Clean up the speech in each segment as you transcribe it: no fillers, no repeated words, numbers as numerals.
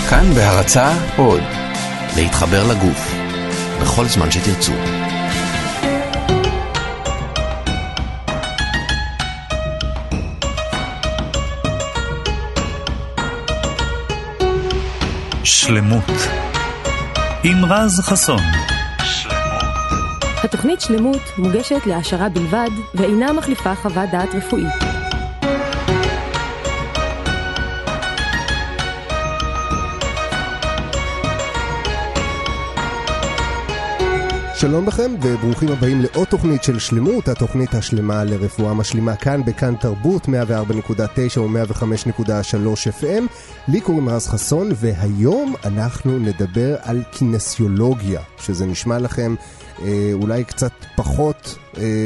כאן בהרצאה עוד, להתחבר לגוף, בכל זמן שתרצו. שלמות עם רז חסון. התוכנית שלמות מוגשת להעשרה בלבד ואינה מחליפה חוות דעת רפואית. שלום לכם וברוכים הבאים לעוד תוכנית של שלמות, התוכנית השלמה לרפואה משלימה כאן בכאן תרבות 104.9 או 105.3 FM. לי קוראים רז חסון והיום אנחנו נדבר על קינסיולוגיה, שזה נשמע לכם אולי קצת פחות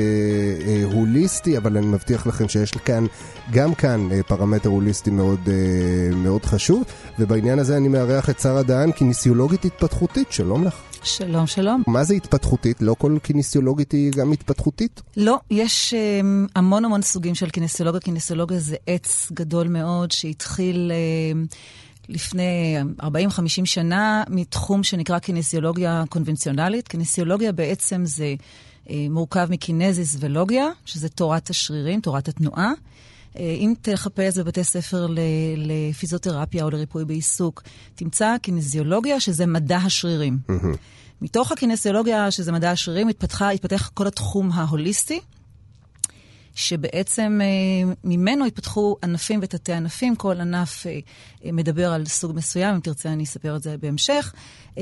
הוליסטי, אבל אני מבטיח לכם שיש כאן גם כאן פרמטר הוליסטי מאוד מאוד חשוב, ובעניין הזה אני מארח את שרה דהן, קיניסיולוגית התפתחותית. שלום לך. שלום, שלום. מה זה התפתחותית? לא כל קיניסיולוגית היא גם התפתחותית? לא, יש המון סוגים של קיניסיולוגיה. קיניסיולוגיה זה עץ גדול מאוד שהתחיל לפני 40-50 שנה מתחום שנקרא קיניסיולוגיה קונבנציונלית. קיניסיולוגיה בעצם זה מורכב מקינזיס ולוגיה, שזה תורת השרירים, תורת התנועה. אם תחפש בבתי ספר לפיזיותרפיה או לריפוי בעיסוק, תמצא קיניסיולוגיה שזה מדע השרירים. מתוך הקיניסיולוגיה שזה מדע השרירים התפתח כל התחום ההוליסטי, שבעצם ממנו התפתחו ענפים ותתי ענפים. כל ענף מדבר על סוג מסוים, אם תרצה אני אספר את זה בהמשך.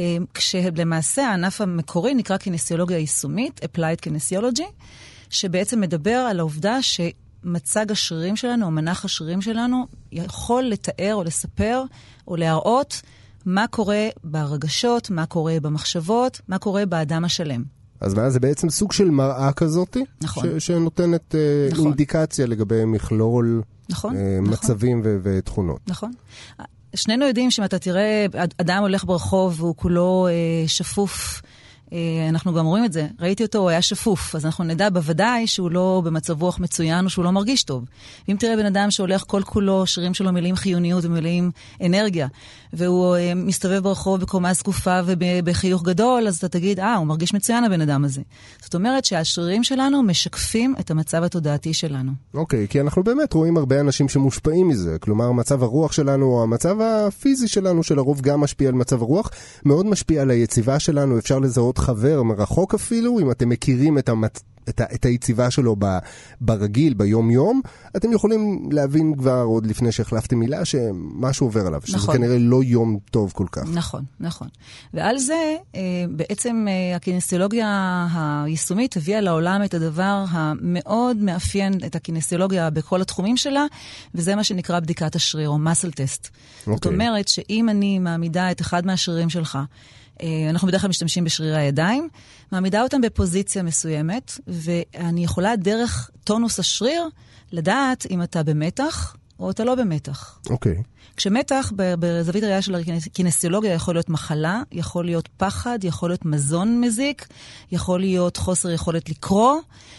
כשלמעשה הענף המקורי נקרא קיניסיולוגיה יישומית, Applied Kinesiology, שבעצם מדבר על העובדה מצג השרירים שלנו, או מנח השרירים שלנו, יכול לתאר או לספר או להראות מה קורה ברגשות, מה קורה במחשבות, מה קורה באדם השלם. אז מה, זה בעצם סוג של מראה כזאת? נכון. שנותנת נכון. אינדיקציה לגבי מכלול נכון. מצבים נכון. ותכונות. נכון. שנינו יודעים שאם אתה תראה אדם הולך ברחוב והוא כולו שפוף, אנחנו גם רואים את זה. ראיתי אותו, הוא היה שפוף, אז אנחנו נדע בוודאי שהוא לא במצב רוח מצוין או שהוא לא מרגיש טוב. אם תראה בן אדם שהולך כל כולו, שרירים שלו מלאים חיוניות ומלאים אנרגיה, והוא מסתובב ברחוב בקומה זקופה ובחיוך גדול, אז אתה תגיד, הוא מרגיש מצוין הבן אדם הזה. זאת אומרת שהשרירים שלנו משקפים את המצב התודעתי שלנו. אוקיי, כי אנחנו באמת רואים הרבה אנשים שמושפעים מזה. כלומר, מצב הרוח שלנו, או המצב הפיזי שלנו, שלרוב גם משפיע על מצב הרוח, מאוד משפיע על היציבה שלנו. אפשר לזהות חבר מרחוק אפילו, אם אתם מכירים את היציבה שלו ברגיל, ביום יום, אתם יכולים להבין כבר עוד לפני שהחלפתם מילה שמשהו עובר עליו, שזה נכון. כנראה לא יום טוב כל כך. נכון, נכון. ועל זה בעצם הקיניסיולוגיה היישומית הביאה לעולם את הדבר המאוד מאפיין את הקיניסיולוגיה בכל התחומים שלה, וזה מה שנקרא בדיקת השריר או muscle test. זאת אומרת שאם אני מעמידה את אחד מהשרירים שלך, אנחנו בדרך כלל משתמשים בשרירי הידיים, מעמידה אותם בפוזיציה מסוימת, ואני יכולה דרך טונוס השריר לדעת אם אתה במתח או אתה לא במתח. אוקיי. כשמתח, בזווית הראייה של הקיניסיולוגיה, יכול להיות מחלה, יכול להיות פחד, יכול להיות מזון מזיק, יכול להיות חוסר יכולת לקרוא,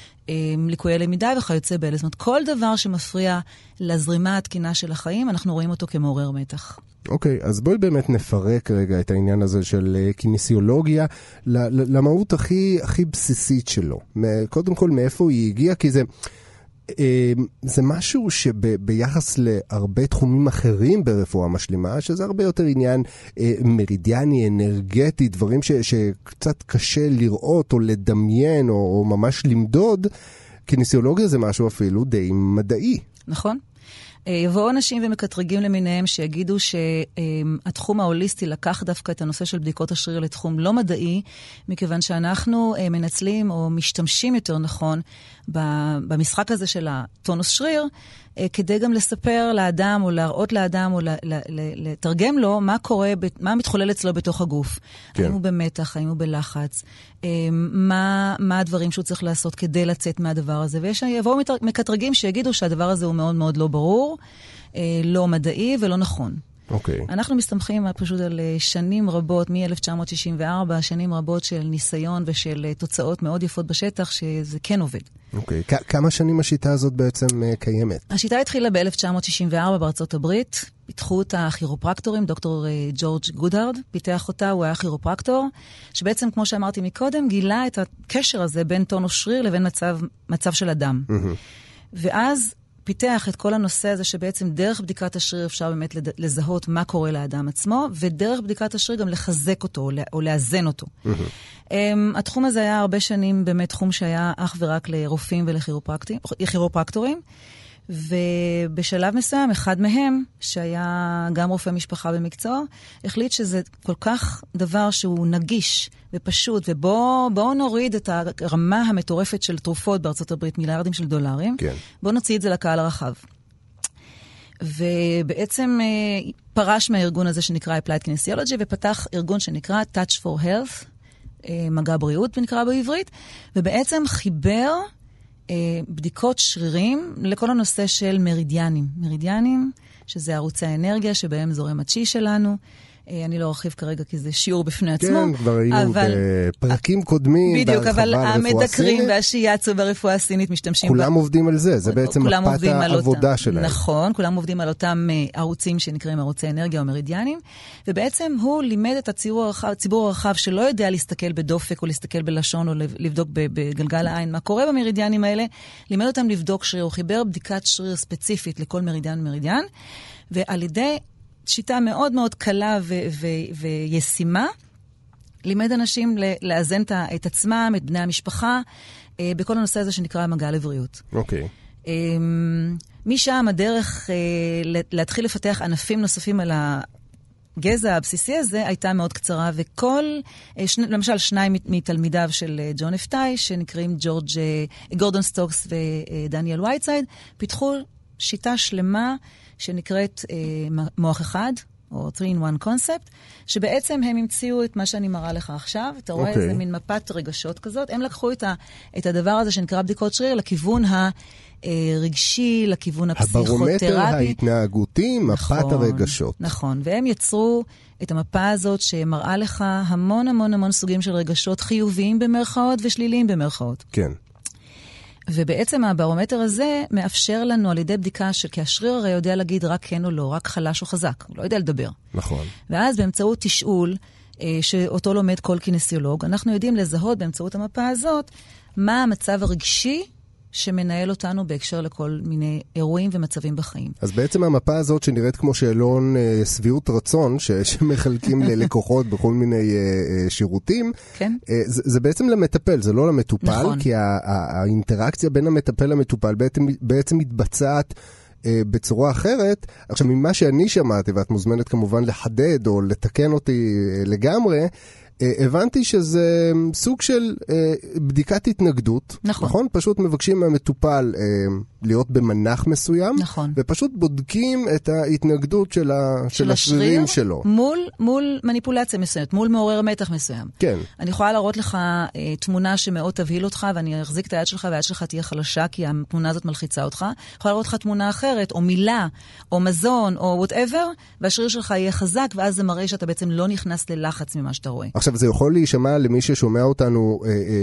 ליקויי למידה וכיוצא באלה. זאת אומרת, כל דבר שמפריע לזרימה התקינה של החיים, אנחנו רואים אותו כמעורר מתח. אוקיי, אז בואי באמת נפרק רגע את העניין הזה של קיניסיולוגיה למהות הכי בסיסית שלו. קודם כל, מאיפה היא הגיעה? כי זה משהו שביחס להרבה תחומים אחרים ברפואה משלימה, שזה הרבה יותר עניין מרידיאני, אנרגטי, דברים שקצת קשה לראות או לדמיין או ממש למדוד. קיניסיולוגיה זה משהו אפילו די מדעי. נכון. יבואו אנשים ומקטרגים למיניהם שיגידו שהתחום ההוליסטי לקח דווקא את הנושא של בדיקות השריר לתחום לא מדעי, מכיוון שאנחנו מנצלים או משתמשים יותר נכון במשחק הזה של הטונוס שריר, כדי גם לספר לאדם או להראות לאדם או לתרגם לו מה קורה, מה מתחולל אצלו בתוך הגוף. כן. האם הוא במתח, האם הוא בלחץ, מה הדברים שהוא צריך לעשות כדי לצאת מהדבר הזה. ויבואו מקטרגים שיגידו שהדבר הזה הוא מאוד מאוד לא ברור, לא מדעי ולא נכון. אוקיי. אנחנו מסתמכים פשוט על שנים רבות, מ-1964, שנים רבות של ניסיון ושל תוצאות מאוד יפות בשטח, שזה כן עובד. אוקיי. כמה שנים השיטה הזאת בעצם קיימת? השיטה התחילה ב-1964 בארצות הברית, פיתחו אותה הכירופרקטורים, דוקטור ג'ורג' גודהרד פיתח אותה, הוא היה כירופרקטור, שבעצם, כמו שאמרתי מקודם, גילה את הקשר הזה בין טונוס שריר לבין מצב של אדם. ואז פיתח את כל הנושא הזה שבעצם דרך בדיקת השריר אפשר באמת לזהות מה קורה לאדם עצמו, ודרך בדיקת השריר גם לחזק אותו או לאזן אותו. התחום הזה היה הרבה שנים באמת תחום שהיה אך ורק לרופאים ולכירופרקטורים, ובשלב מסוים, אחד מהם, שהיה גם רופא משפחה במקצוע, החליט שזה כל כך דבר שהוא נגיש ופשוט, ובואו נוריד את הרמה המטורפת של תרופות בארצות הברית, מיליארדים של דולרים, כן. בואו נוציא את זה לקהל הרחב. ובעצם פרש מהארגון הזה שנקרא Applied Kinesiology, ופתח ארגון שנקרא Touch for Health, מגע בריאות נקרא בעברית, ובעצם חיבר בדיקות שרירים לכל הנושא של מרידיאנים. מרידיאנים, שזה ערוצי האנרגיה שבהם זורם הצ'י שלנו. אני לא ארחיב כרגע כי זה שיעור בפני עצמו. כן, כבר היינו בפרקים קודמים. בדיוק, אבל המדקרים והשיאצו ברפואה הסינית משתמשים. כולם עובדים על זה, זה בעצם מפת העבודה שלהם. נכון, כולם עובדים על אותם ערוצים שנקראים ערוצי אנרגיה או מרידיאנים, ובעצם הוא לימד את הציבור הרחב שלא יודע להסתכל בדופק או להסתכל בלשון או לבדוק בגלגל העין מה קורה במרידיאנים האלה, לימד אותם לבדוק שריר, הוא חיבר בדיקת שריר ספציפית לכל מרידיאן ומרידיאן, ועל ידי שיטה מאוד מאוד קלה וישימה, לימד אנשים לאזן את עצמם, את בני המשפחה, בכל הנושא הזה שנקרא מגע לבריאות. אוקיי. משם הדרך להתחיל לפתח ענפים נוספים על הגזע הבסיסי הזה הייתה מאוד קצרה, וכל, למשל שניים מתלמידיו של ג'ון אפטאי, שנקראים גורדון סטוקס ודניאל וייטסייד, פיתחו שיטה שלמה שנקראת מוח אחד, או 3-in-1 concept, שבעצם הם המציאו את מה שאני מראה לך עכשיו, אתה רואה איזה מין מפת רגשות כזאת, הם לקחו את הדבר הזה שנקרא בדיקות שריר לכיוון הרגשי, לכיוון הפסיכותרפי. הברומטר ההתנהגותי, מפת הרגשות. נכון, והם יצרו את המפה הזאת שמראה לך המון המון המון סוגים של רגשות חיוביים במרכאות ושליליים במרכאות. כן. ובעצם הברומטר הזה מאפשר לנו על ידי בדיקה כי השריר הרי יודע להגיד רק כן או לא, רק חלש או חזק, הוא לא יודע לדבר. נכון. ואז באמצעות תשאול, שאותו לומד כל קינסיולוג, אנחנו יודעים לזהות באמצעות המפה הזאת, מה המצב הרגשי שמנהל אותנו בהקשר לכל מיני אירועים ומצבים בחיים. אז בעצם המפה הזאת שנראית כמו שאלון סביעות רצון, שמחלקים ללקוחות בכל מיני שירותים, כן. זה בעצם למטפל, זה לא למטופל, נכון. כי האינטראקציה בין המטפל למטופל בעצם מתבצעת בצורה אחרת. עכשיו, ממה שאני שמעתי, ואת מוזמנת כמובן לחדד או לתקן אותי לגמרי, הבנתי שזה סוג של בדיקת התנגדות. נכון? פשוט מבקשים מהמטופל להיות במנח מסוים. נכון. ופשוט בודקים את ההתנגדות של השרירים שלו. מול מניפולציה מסוימת, מול מעורר מתח מסוים. כן. אני יכולה להראות לך תמונה שמאוד תבהיל אותך, ואני אחזיק את היד שלך, והיד שלך תהיה חלשה, כי התמונה הזאת מלחיצה אותך. יכולה להראות לך תמונה אחרת, או מילה, או מזון, או whatever, והשריר שלך יהיה חזק, ואז זה מראה שאתה בעצם לא נכנס ללחץ ממה שאתה רואה. עכשיו, זה יכול להישמע למי ששומע אותנו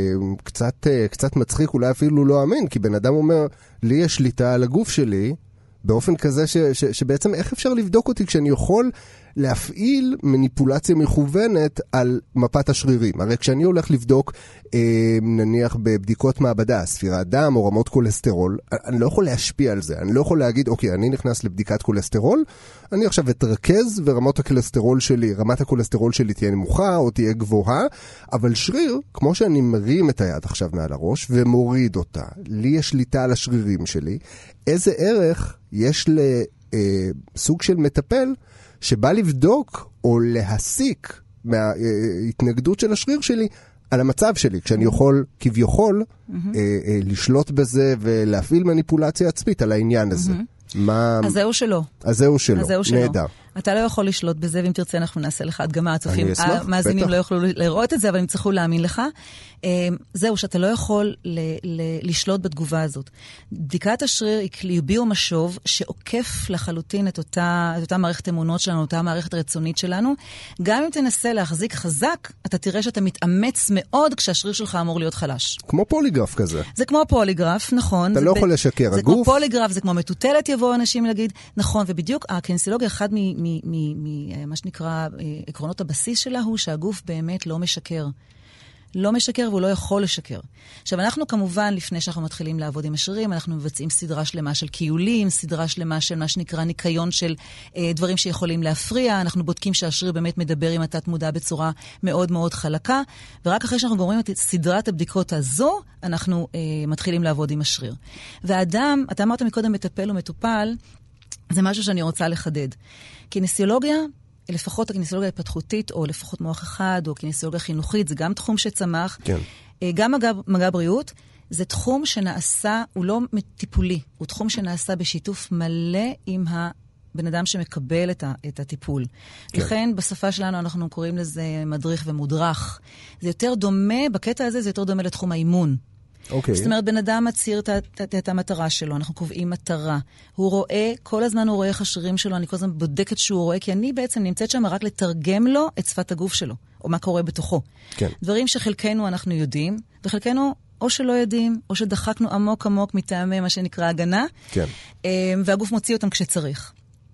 קצת מצחיק, אולי אפילו לא אמין, כי בן אדם אומר, לי יש שליטה על הגוף שלי, באופן כזה שבעצם איך אפשר לבדוק אותי כשאני יכול להפעיל מניפולציה מכוונת על מפת השרירים. הרי כשאני הולך לבדוק, נניח בבדיקות מעבדה, ספירת דם או רמות קולסטרול, אני לא יכול להשפיע על זה. אני לא יכול להגיד, אוקיי, אני נכנס לבדיקת קולסטרול, אני עכשיו אתרכז ורמת הקולסטרול שלי תהיה נמוכה או תהיה גבוהה, אבל שריר, כמו שאני מרים את היד עכשיו מעל הראש ומוריד אותה, לי יש שליטה על השרירים שלי, איזה ערך יש לסוג של מטפל שבא לבדוק או להסיק מההתנגדות של השריר שלי על המצב שלי, כשאני יכול כביכול לשלוט בזה ולהפעיל מניפולציה עצמית על העניין הזה. אז זהו שלא. נהדר. אתה לא יכול לשלוט בזה, ואם תרצה אנחנו נעשה לך הדגמה, הצופים, המאזינים לא יוכלו לראות את זה, אבל הם צריכו להאמין לך. זהו, שאתה לא יכול לשלוט בתגובה הזאת. בדיקת השריר היא ביו-משוב שעוקף לחלוטין את אותה מערכת אמונות שלנו, אותה מערכת רצונית שלנו. גם אם תנסה להחזיק חזק, אתה תראה שאתה מתאמץ מאוד כשהשריר שלך אמור להיות חלש. כמו פוליגרף כזה. זה כמו פוליגרף, נכון. אתה לא יכול לשקר, הגוף. זה כמו פוליגרף, זה כמו מטוטלת, יבואו אנשים להגיד, נכון, ובדיוק הקינסולוגיה, אחד מה שנקרא עקרונות הבסיס שלה הוא שהגוף באמת לא משקר. לא משקר והוא לא יכול לשקר. עכשיו, אנחנו כמובן, לפני שאנחנו מתחילים לעבוד עם השרירים, אנחנו מבצעים סדרה שלמה של קיולים, סדרה שלמה של מה שנקרא ניקיון של דברים שיכולים להפריע, אנחנו בודקים שהשריר באמת מדבר עם התת מודע בצורה מאוד מאוד חלקה, ורק אחרי שאנחנו גומרים את סדרת הבדיקות הזו, אנחנו מתחילים לעבוד עם השריר. והאדם, אתה אמרת מקודם מטפל ומטופל, זה משהו שאני רוצה לחדד. קינסולוגיה, לפחות הקינסולוגיה ההתפתחותית, או לפחות מוח אחד, או קינסולוגיה חינוכית, זה גם תחום שצמח. כן. גם מגע בריאות, זה תחום שנעשה, הוא לא טיפולי, הוא תחום שנעשה בשיתוף מלא עם הבן אדם שמקבל את הטיפול. כן. לכן בשפה שלנו אנחנו קוראים לזה מדריך ומודרך. זה יותר דומה, בקטע הזה זה יותר דומה לתחום האימון. Okay. זאת אומרת, בן אדם מצהיר את המטרה שלו, אנחנו קובעים מטרה. הוא רואה, כל הזמן הוא רואה איך השרירים שלו, אני כל הזמן בודקת שהוא רואה, כי אני בעצם נמצאת שם רק לתרגם לו את שפת הגוף שלו, או מה קורה בתוכו. כן. דברים שחלקנו אנחנו יודעים, וחלקנו או שלא יודעים, או שדחקנו עמוק עמוק מטעמי מה שנקרא הגנה, כן. והגוף מוציא אותם כשצריך.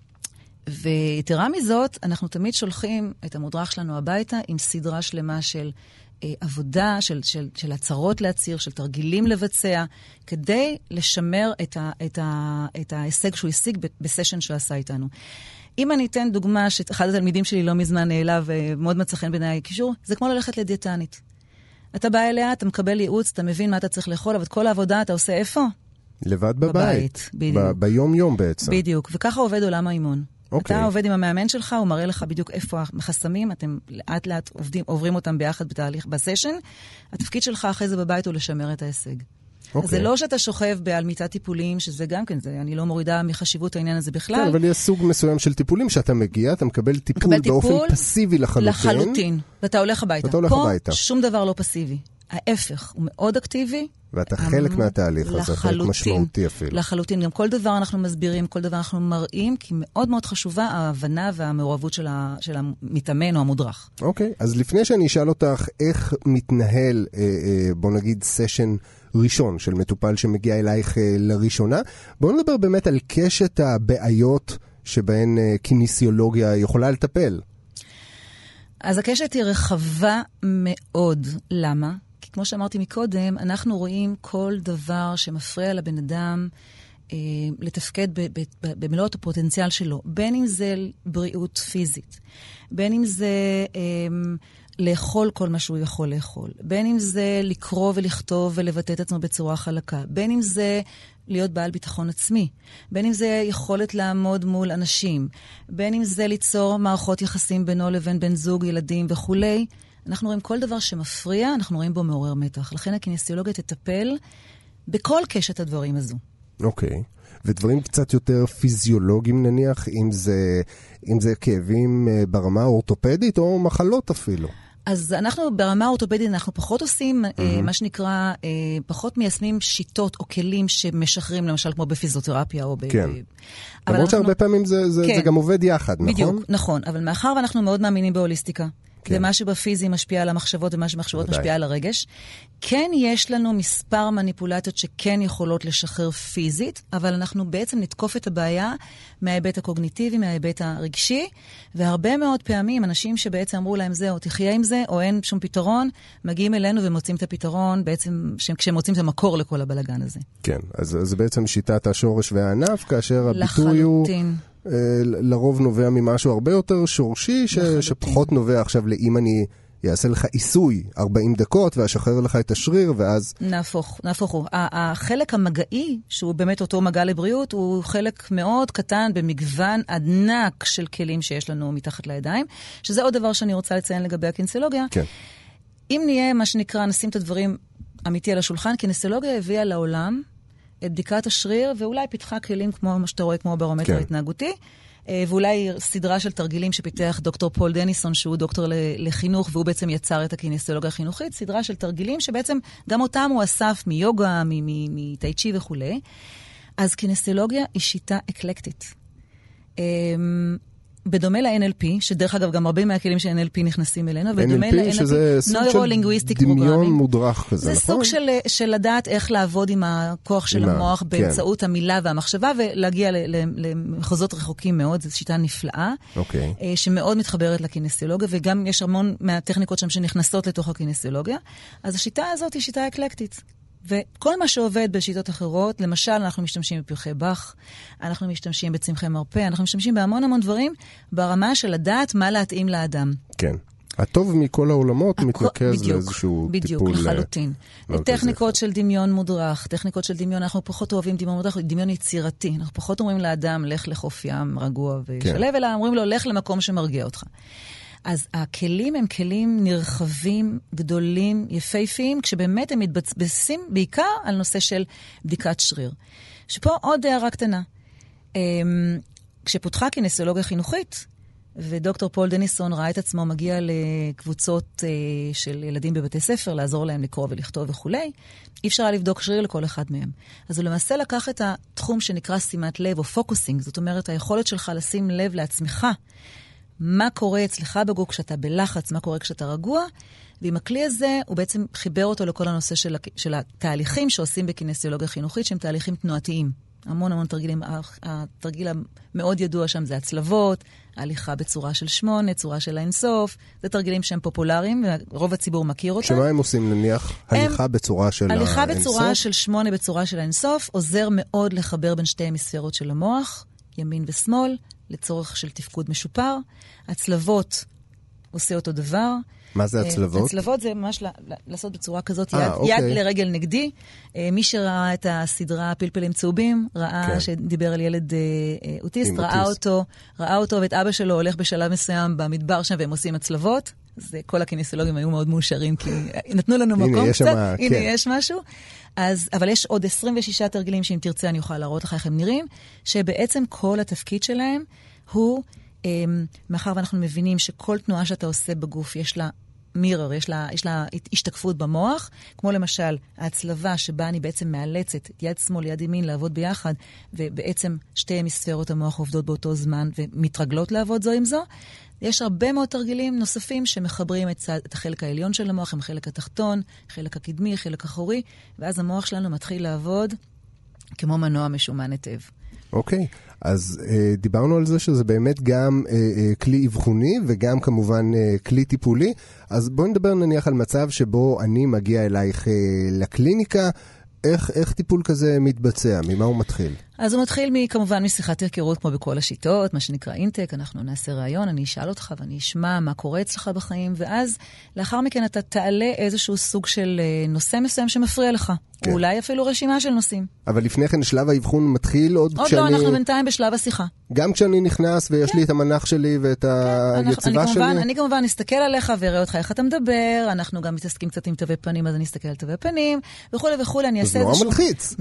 ויתרה מזאת, אנחנו תמיד שולחים את המודרך שלנו הביתה עם סדרה שלמה של עבודה, של הצהרות להציר, של תרגילים לבצע, כדי לשמר את ההישג שהוא השיג בסשן שהוא עשה איתנו. אם אני אתן דוגמה שאחד התלמידים שלי לא מזמן העלה ומאוד מצא חן בעיניי קישור, זה כמו ללכת לדיאטנית. אתה בא אליה, אתה מקבל ייעוץ, אתה מבין מה אתה צריך לאכול, אבל את כל העבודה אתה עושה איפה? לבד בבית. ביום יום בעצם. בדיוק, וככה עובד עולם האימון. אתה עובד עם המאמן שלך, הוא מראה לך בדיוק איפה החסמים, אתם לאט לאט עוברים אותם ביחד בתהליך, בסשן. התפקיד שלך אחרי זה בבית הוא לשמר את ההישג. אז זה לא שאתה שוכב בעל מיטת טיפולים, שזה גם כן, אני לא מורידה מחשיבות העניין הזה בכלל. כן, אבל יש סוג מסוים של טיפולים שאתה מגיע, אתה מקבל טיפול באופן פסיבי לחלוטין. לחלוטין, ואתה הולך הביתה. פה שום דבר לא פסיבי. ההפך, הוא מאוד אקטיבי. ואתה חלק מהתהליך הזה, חלק משמעותי אפילו. לחלוטין, גם כל דבר אנחנו מסבירים, כל דבר אנחנו מראים, כי מאוד מאוד חשובה ההבנה והמעורבות של המתאמן או המודרך. אוקיי, אז לפני שאני אשאל אותך איך מתנהל, בוא נגיד, סשן ראשון של מטופל שמגיע אלייך לראשונה, בואו נדבר באמת על קשת הבעיות שבהן קיניסיולוגיה יכולה לטפל. אז הקשת היא רחבה מאוד. למה? כי כמו שאמרתי מקודם, אנחנו רואים כל דבר שמפריע לבן אדם לתפקד במלוא הפוטנציאל שלו. בין אם זה בריאות פיזית, בין אם זה לאכול כל מה שהוא יכול לאכול, בין אם זה לקרוא ולכתוב ולבטא את עצמו בצורה חלקה, בין אם זה להיות בעל ביטחון עצמי, בין אם זה יכולת לעמוד מול אנשים, בין אם זה ליצור מערכות יחסים בינו לבין בן זוג, ילדים וכו'. אנחנו רואים כל דבר שמפריע, אנחנו רואים בו מעורר מתח. לכן הקיניסיולוגיה תטפל בכל קשת הדברים הזו. אוקיי. ודברים קצת יותר פיזיולוגיים נניח, אם זה כאבים ברמה אורתופדית או מחלות אפילו. אז אנחנו ברמה אורתופדית, אנחנו פחות עושים מה שנקרא, פחות מיישמים שיטות או כלים שמשחררים, למשל כמו בפיזיותרפיה או כן. למרות שהרבה פעמים זה גם עובד יחד, נכון? בדיוק, נכון. אבל מאחר ואנחנו מאוד מאמינים בהוליסטיקה, ומה שבפיזי משפיע על המחשבות ומה שמחשבות משפיע על הרגש. כן יש לנו מספר מניפולציות שכן יכולות לשחרר פיזית, אבל אנחנו בעצם נתקוף את הבעיה מההיבט הקוגניטיבי, מההיבט הרגשי, והרבה מאוד פעמים אנשים שבעצם אמרו להם זה או תחיה עם זה, או אין שום פתרון, מגיעים אלינו ומוצאים את הפתרון, בעצם כשהם מוצאים את המקור לכל הבלגן הזה. כן, אז זה בעצם שיטת השורש והענף, כאשר הביטוי הוא לרוב נובע ממשהו הרבה יותר שורשי, שפחות נובע עכשיו לאם אני יעשה לך עיסוי 40 דקות ואשחרר לך את השריר ואז... נהפוך הוא. החלק המגעי, שהוא באמת אותו מגע לבריאות, הוא חלק מאוד קטן במגוון ענק של כלים שיש לנו מתחת לידיים, שזה עוד דבר שאני רוצה לציין לגבי הקיניסיולוגיה. כן. אם נהיה מה שנקרא, נשים את הדברים אמיתי על השולחן, קיניסיולוגיה הביאה לעולם את בדיקת השריר, ואולי פיתחה כלים כמו מה שאתה רואה, כמו ברומטר ההתנהגותי, ואולי סדרה של תרגילים שפיתח דוקטור פול דניסון, שהוא דוקטור לחינוך, והוא בעצם יצר את הקינסולוגיה החינוכית, סדרה של תרגילים שבעצם גם אותם הוא אסף מיוגה, מטאי צ'י וכו'. אז קינסולוגיה היא שיטה אקלקטית. בדומה ל-NLP, שדרך אגב גם הרבה מהכלים של NLP נכנסים אלינו, NLP שזה סוג של דמיון מודרך כזה, זה סוג של לדעת איך לעבוד עם הכוח של המוח באמצעות המילה והמחשבה, ולהגיע למחוזות רחוקים מאוד, זו שיטה נפלאה, שמאוד מתחברת לקינסולוגיה, וגם יש המון מהטכניקות שם שנכנסות לתוך הקינסולוגיה, אז השיטה הזאת היא שיטה אקלקטית. וכל מה שעובד בשיטות אחרות, למשל, אנחנו משתמשים בפרחי באך, אנחנו משתמשים בצמחי מרפא, אנחנו משתמשים בהמון המון דברים, ברמה של לדעת מה להתאים לאדם. כן. הטוב מכל העולמות מתנקז לאיזשהו טיפול. בדיוק, לחלוטין. טכניקות של דמיון מודרך, טכניקות של דמיון, אנחנו פחות אוהבים דמיון מודרך, דמיון יצירתי. אנחנו פחות אומרים לאדם, לך לחוף ים רגוע ושלב, אלא אומרים לו, לך למקום שמרגיע אותך. אז הכלים הם כלים נרחבים, גדולים, יפהפיים, כשבאמת הם מתבססים בעיקר על נושא של בדיקת שריר. שפה עוד הערה קטנה. כשפותחה קינסולוגיה חינוכית, ודוקטור פול דניסון ראה את עצמו מגיע לקבוצות של ילדים בבתי ספר, לעזור להם לקרוא ולכתוב וכו', אי אפשר היה לבדוק שריר לכל אחד מהם. אז הוא למעשה לקח את התחום שנקרא שימת לב או פוקוסינג, זאת אומרת, היכולת שלך לשים לב לעצמך, מה קורה אצלך בגוף כשאתה בלחץ, מה קורה כשאתה רגוע, ועם הכלי הזה הוא בעצם חיבר אותו לכל הנושא של התהליכים שעושים בקינסולוגיה חינוכית, שהם תהליכים תנועתיים. המון המון תרגילים, התרגיל המאוד ידוע שם זה הצלבות, ההליכה בצורה של 8, צורה של האינסוף, זה תרגילים שהם פופולריים, ורוב הציבור מכיר אותם. שמה הם עושים נניח? הליכה בצורה של האינסוף? הליכה בצורה של 8 בצורה של האינסוף, עוזר מאוד לחבר בין שתי המספרות של המוח, ימין ושמאל, לצורך של תפקוד משופר. הצלבות עושה אותו דבר. מה זה הצלבות? הצלבות זה ממש לעשות בצורה כזאת, יד לרגל נגדי. מי שראה את הסדרה פלפלים צהובים, ראה שדיבר על ילד אוטיסט, ראה אותו ואת אבא שלו הולך בשלב מסוים במדבר שם, והם עושים הצלבות. אז כל הקינסולוגים היו מאוד מאושרים, כי נתנו לנו מקום קצת. הנה, יש משהו. אבל יש עוד 26 תרגילים שאם תרצה אני אוכל להראות לך איך הם נראים, שבעצם כל התפקיד שלהם הוא, מאחר ואנחנו מבינים שכל תנועה שאתה עושה בגוף יש לה מירר, יש לה השתקפות במוח, כמו למשל ההצלבה שבה אני בעצם מאלצת יד שמאל, יד ימין לעבוד ביחד, ובעצם שתי המספרות המוח עובדות באותו זמן ומתרגלות לעבוד זו עם זו. יש הרבה מאוד תרגילים נוספים שמחברים את החלק העליון של המוח עם החלק התחתון, חלק הקדמי, חלק אחורי, ואז המוח שלנו מתחיל לעבוד כמו מנוע משומן היטב. אוקיי, אז דיברנו על זה שזה באמת גם כלי אבחוני וגם כמובן כלי טיפולי, אז בואי נדבר נניח על מצב שבו אני מגיע אלייך לקליניקה, איך טיפול כזה מתבצע? ממה הוא מתחיל? אז הוא מתחיל כמובן משיחת היכרות כמו בכל השיטות, מה שנקרא אינטק, אנחנו נעשה רעיון, אני אשאל אותך ואני אשמע מה קורה אצלך בחיים, ואז לאחר מכן אתה תעלה איזשהו סוג של נושא מסוים שמפריע לך. כן. אולי אפילו רשימה של נושאים. אבל לפני כן שלב האבחון מתחיל עוד כשאני... עוד לא, אנחנו בינתיים בשלב השיחה. גם כשאני נכנס ויש לי את המנח שלי ואת היציבה שלי? אני כמובן אסתכל עליך ואראה אותך איך אתה מדבר, אנחנו גם מתעסקים קצת עם תווי פנים, אז אני אסתכל על תווי פנים, וכולי וכולי, אני אעשה איזשהו... זה נורא מלחיץ.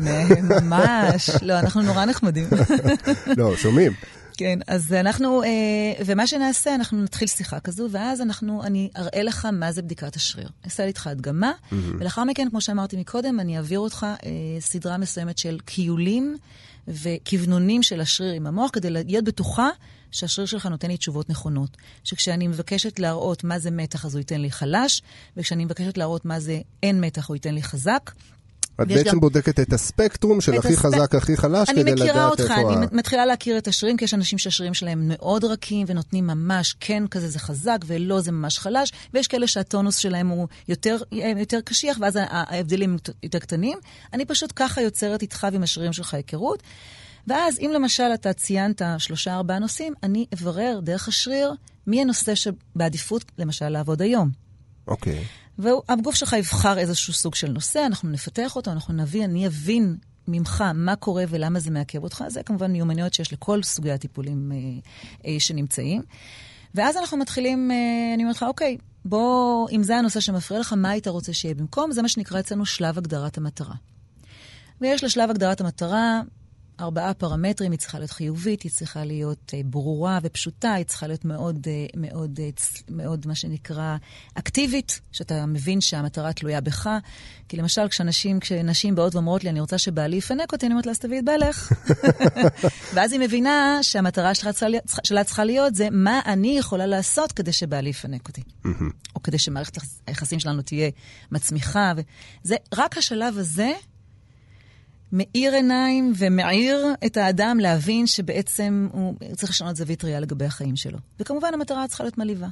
ממש, לא, אנחנו נורא נחמדים. לא, שומעים. כן, אז אנחנו, ומה שנעשה, אנחנו נתחיל שיחה כזו, ואז אני אראה לך מה זה בדיקת השריר. אעשה איתך הדגמה, ולאחר מכן, כמו שאמרתי מקודם, אני אעביר אותך סדרה מסוימת של קיולים וכיוונונים של השריר עם המוח, כדי להיות בטוחה שהשריר שלך נותן לי תשובות נכונות. שכשאני מבקשת להראות מה זה מתח, אז הוא ייתן לי חלש, וכשאני מבקשת להראות מה זה אין מתח, הוא ייתן לי חזק. את בעצם בודקת את הספקטרום של הכי חזק, הכי חלש, כדי לדעת איפה... אני מכירה אותך, אני מתחילה להכיר את השרירים, כי יש אנשים שהשרירים שלהם מאוד רכים, ונותנים ממש כן כזה זה חזק, ולא זה ממש חלש, ויש כאלה שהטונוס שלהם הוא יותר קשיח, ואז ההבדלים יותר קטנים. אני פשוט ככה יוצרת איתך ועם השרירים שלך היכרות, ואז אם למשל אתה ציינת 3-4 נושאים, אני אברר דרך השריר מי הנושא שבעדיפות למשל לעבוד היום. אוקיי. והגוף שלך יבחר איזשהו סוג של נושא, אנחנו נפתח אותו, אני אבין ממך מה קורה ולמה זה מעכב אותך. זה כמובן מיומנויות שיש לכל סוגי הטיפולים שנמצאים. ואז אנחנו מתחילים, אני אומרת לך, אוקיי, בוא, אם זה הנושא שמפריע לך, מה היית רוצה שיהיה במקום? זה מה שנקרא אצלנו שלב הגדרת המטרה. ויש לשלב הגדרת המטרה 4 פרמטרים, היא צריכה להיות חיובית, היא צריכה להיות ברורה ופשוטה, היא צריכה להיות מאוד, מאוד, מאוד, מה שנקרא, אקטיבית, שאתה מבין שהמטרה תלויה בך. כי למשל, כשנשים באות ואומרות לי, אני רוצה שבעלי יפנק אותי, אני אומרת לה, אז תביא את בעלך. ואז היא מבינה שהמטרה שלה צריכה להיות, זה מה אני יכולה לעשות כדי שבעלי יפנק אותי. או כדי שמערכת היחסים שלנו תהיה מצמיחה. זה רק השלב הזה, מאיר עיניים ומעיר את האדם להבין שבעצם הוא צריך לשנות זווית ראייה לגבי החיים שלו. וכמובן המטרה צריכה להיות מליבה.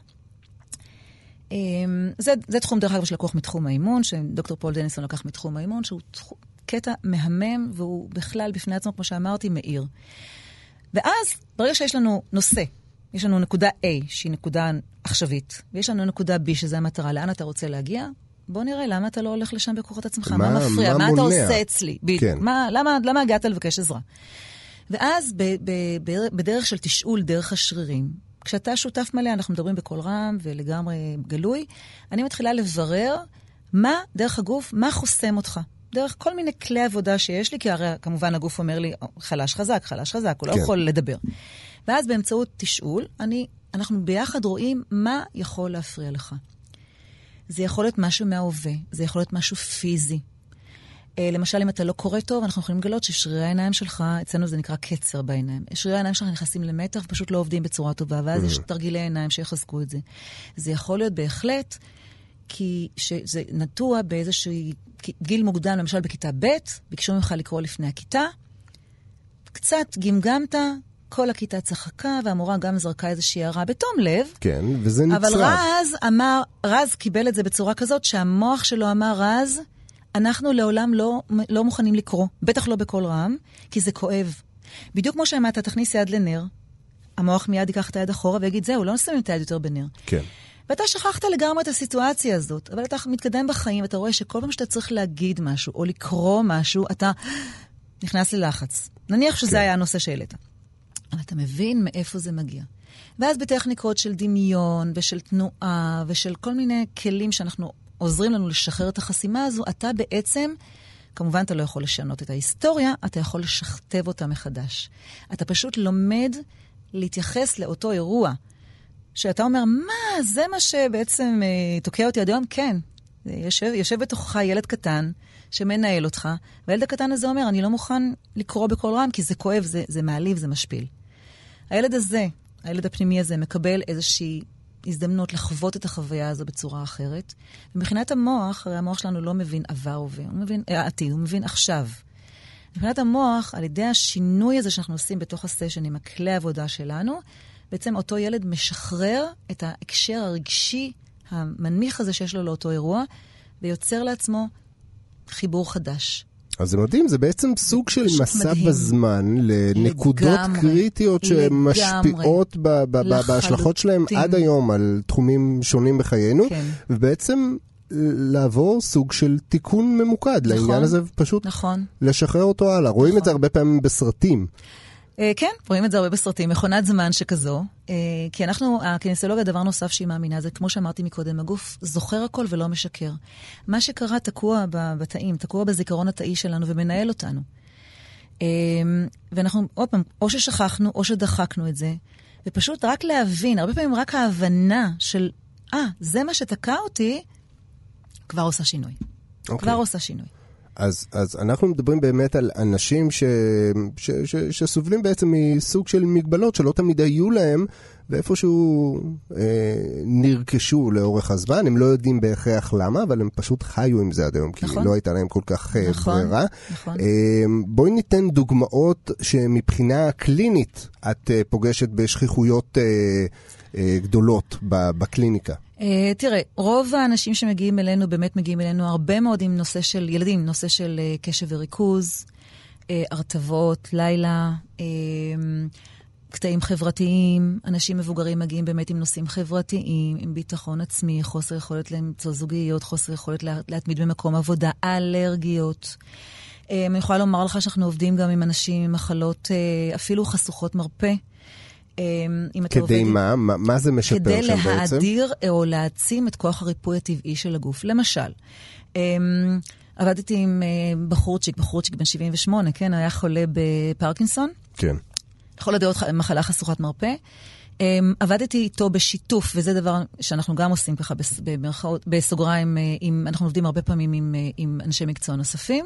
זה תחום דרך אגב שלקוח מתחום האימון, שדוקטור פול דניסון לקח מתחום האימון, שהוא קטע מהמם, והוא בכלל בפני עצמו, כמו שאמרתי, מאיר. ואז, ברגע שיש לנו נושא, יש לנו נקודה A, שהיא נקודה עכשווית, ויש לנו נקודה B, שזה המטרה, לאן אתה רוצה להגיע? בוא נראה, למה אתה לא הולך לשם בכוחות עצמך? מה מפריע? מה אתה עושה אצלי? כן. למה הגעת לבקש עזרה? ואז בדרך של תשאול דרך השרירים, כשאתה שותף מלא, אנחנו מדברים בכל רם ולגמרי גלוי, אני מתחילה לברר מה דרך הגוף, מה חוסם אותך. דרך כל מיני כלי עבודה שיש לי, כי הרי כמובן הגוף אומר לי, חלש חזק, הוא לא יכול לדבר. ואז באמצעות תשאול, אנחנו ביחד רואים מה יכול להפריע לך. זה יכול להיות משהו מההווה, זה יכול להיות משהו פיזי. למשל, אם אתה לא קורא טוב, אנחנו יכולים לגלות ששרירי העיניים שלך, אצלנו זה נקרא קצר בעיניים. שרירי העיניים שלך נכנסים למתח, פשוט לא עובדים בצורה טובה, ואז יש תרגילי עיניים שיחזקו את זה. זה יכול להיות בהחלט, כי שזה נטוע באיזשהו גיל מוקדם, למשל בכיתה ב', ביקשו ממך לקרוא לפני הכיתה, קצת גמגמת, כל הכיתה צחקה, והמורה גם זרקה איזושהי הערה בתום לב. כן, וזה נצרב. אבל רז קיבל את זה בצורה כזאת, שהמוח שלו אמר, רז, אנחנו לעולם לא מוכנים לקרוא, בטח לא בכל רם, כי זה כואב. בדיוק כמו שאמרת, תכניס יד לנר, המוח מיד ייקח את היד אחורה ויגיד, זהו, לא נשים את היד יותר בנר. כן. ואתה שכחת לגמרי את הסיטואציה הזאת, אבל אתה מתקדם בחיים, אתה רואה שכל פעם שאתה צריך להגיד משהו, או לקרוא משהו, אתה נכנס ללחץ. נניח שזה היה הנושא שהעלית. אבל אתה מבין מאיפה זה מגיע. ואז בטכניקות של דמיון, ושל תנועה, ושל כל מיני כלים שאנחנו עוזרים לנו לשחרר את החסימה הזו, אתה בעצם, כמובן אתה לא יכול לשנות את ההיסטוריה, אתה יכול לשכתב אותה מחדש. אתה פשוט לומד להתייחס לאותו אירוע, שאתה אומר, מה, זה מה שבעצם תוקע אותי עד היום? כן. יושב בתוכך ילד קטן שמנהל אותך, והילד הקטן הזה אומר, אני לא מוכן לקרוא בכל רם, כי זה כואב, זה מעליב, זה משפיל. הילד הזה, הילד הפנימי הזה, מקבל איזושהי הזדמנות לחוות את החוויה הזו בצורה אחרת. ומבחינת המוח, הרי המוח שלנו לא מבין עבר הווה, הוא מבין עתיד, הוא מבין עכשיו. מבחינת המוח, על ידי השינוי הזה שאנחנו עושים בתוך הסשן עם הכלי העבודה שלנו, בעצם אותו ילד משחרר את ההקשר הרגשי, המנמיך הזה שיש לו לאותו אירוע, ויוצר לעצמו חיבור חדש. אז זה מדהים, זה בעצם סוג של מסע בזמן לנקודות קריטיות שמשפיעות בהשלכות שלהם עד היום על תחומים שונים בחיינו, ובעצם לעבור סוג של תיקון ממוקד לעניין הזה, ופשוט לשחרר אותו הלאה. רואים את זה הרבה פעמים בסרטים. כן, רואים את זה הרבה בסרטים, מכונת זמן שכזו, כי אנחנו, הקינסולוגיה, דבר נוסף שהיא מאמינה, זה כמו שאמרתי מקודם, הגוף זוכר הכל ולא משקר. מה שקרה תקוע בתאים, תקוע בזיכרון התאי שלנו ומנהל אותנו. ואנחנו, עוד פעם, או ששכחנו או שדחקנו את זה, ופשוט רק להבין, הרבה פעמים רק ההבנה של, זה מה שתקע אותי, כבר עושה שינוי. כבר עושה שינוי. אז אנחנו מדברים באמת על אנשים שסובלים בעצם מסוג של מגבלות שלא תמיד היו להם, ואיפשהו נרכשו לאורך הזמן. הם לא יודעים בהכרח למה, אבל הם פשוט חיו עם זה עד היום, כי לא הייתה להם כל כך ברירה. בואי ניתן דוגמאות שמבחינה קלינית את פוגשת בשכיחויות גדולות בקליניקה. תראה, רוב האנשים שמגיעים אלינו, באמת מגיעים אלינו הרבה מאוד עם נושא של ילדים, נושא של קשב וריכוז, הרטבות, לילה, קטעים חברתיים, אנשים מבוגרים מגיעים באמת עם נושאים חברתיים, עם ביטחון עצמי, חוסר יכולת למצוא זוגיות, חוסר יכולת להתמיד במקום עבודה, אלרגיות. אני יכולה לומר לך שאנחנו עובדים גם עם אנשים עם מחלות אפילו חשוכות מרפא, כדי מה? מה זה משפר שם בעצם? כדי להאדיר או להעצים את כוח הריפוי הטבעי של הגוף. למשל, עבדתי עם בחורצ'יק בן 78, כן, היה חולה בפרקינסון. כן. לכל הדעות מחלה חשוכת מרפא. עבדתי איתו בשיתוף, וזה דבר שאנחנו גם עושים ככה בסוגריים, אנחנו עובדים הרבה פעמים עם אנשי מקצוע נוספים.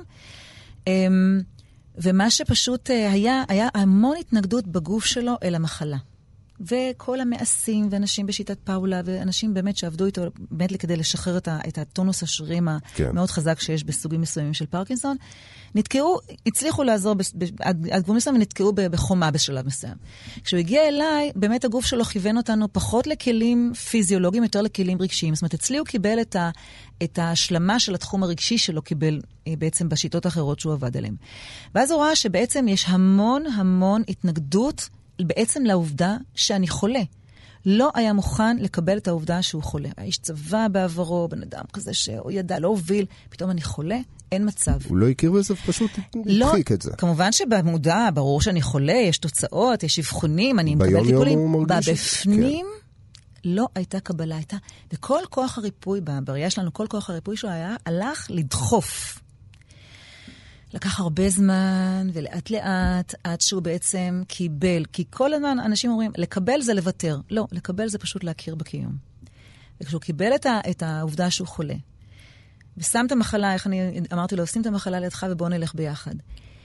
ומה שפשוט היה המון התנגדות בגוף שלו אל המחלה. וכל המעשים ואנשים בשיטת פאולה, ואנשים באמת שעבדו איתו באמת כדי לשחרר את הטונוס השרירים המאוד חזק שיש בסוגים מסוימים של פרקינסון, נתקעו, הצליחו לעזור עד גבול מסוים ונתקעו בחומה בשלב מסוים. כשהוא הגיע אליי, באמת הגוף שלו כיוון אותנו פחות לכלים פיזיולוגיים, יותר לכלים רגשיים. זאת אומרת, אצלי הוא קיבל את ההשלמה של התחום הרגשי שלו, קיבל בעצם בשיטות האחרות שהוא עבד עליהן. ואז הוא ראה שבעצם יש המון התנגדות בעצם לעובדה שאני חולה. לא היה מוכן לקבל את העובדה שהוא חולה. האיש צבא בעברו, בן אדם כזה שהוא ידע, לא הוביל, פתאום אני חולה, אין מצב. הוא לא הכיר בזה, פשוט הדחיק את זה. כמובן שבמודע, ברור שאני חולה, יש תוצאות, יש אבחונים, אני מקבל טיפולים. בפנים לא הייתה קבלה, הייתה. וכל כוח הריפוי, בראייה שלנו, כל כוח הריפוי שלו הלך לדחוף. לקח הרבה זמן, ולאט לאט, עד שהוא בעצם קיבל. כי כל הזמן אנשים אומרים, לקבל זה לוותר. לא, לקבל זה פשוט להכיר בקיום. וכשהוא קיבל את העובדה שהוא חולה, ושם את המחלה, איך אני אמרתי לו, שים את המחלה לידך ובוא נלך ביחד.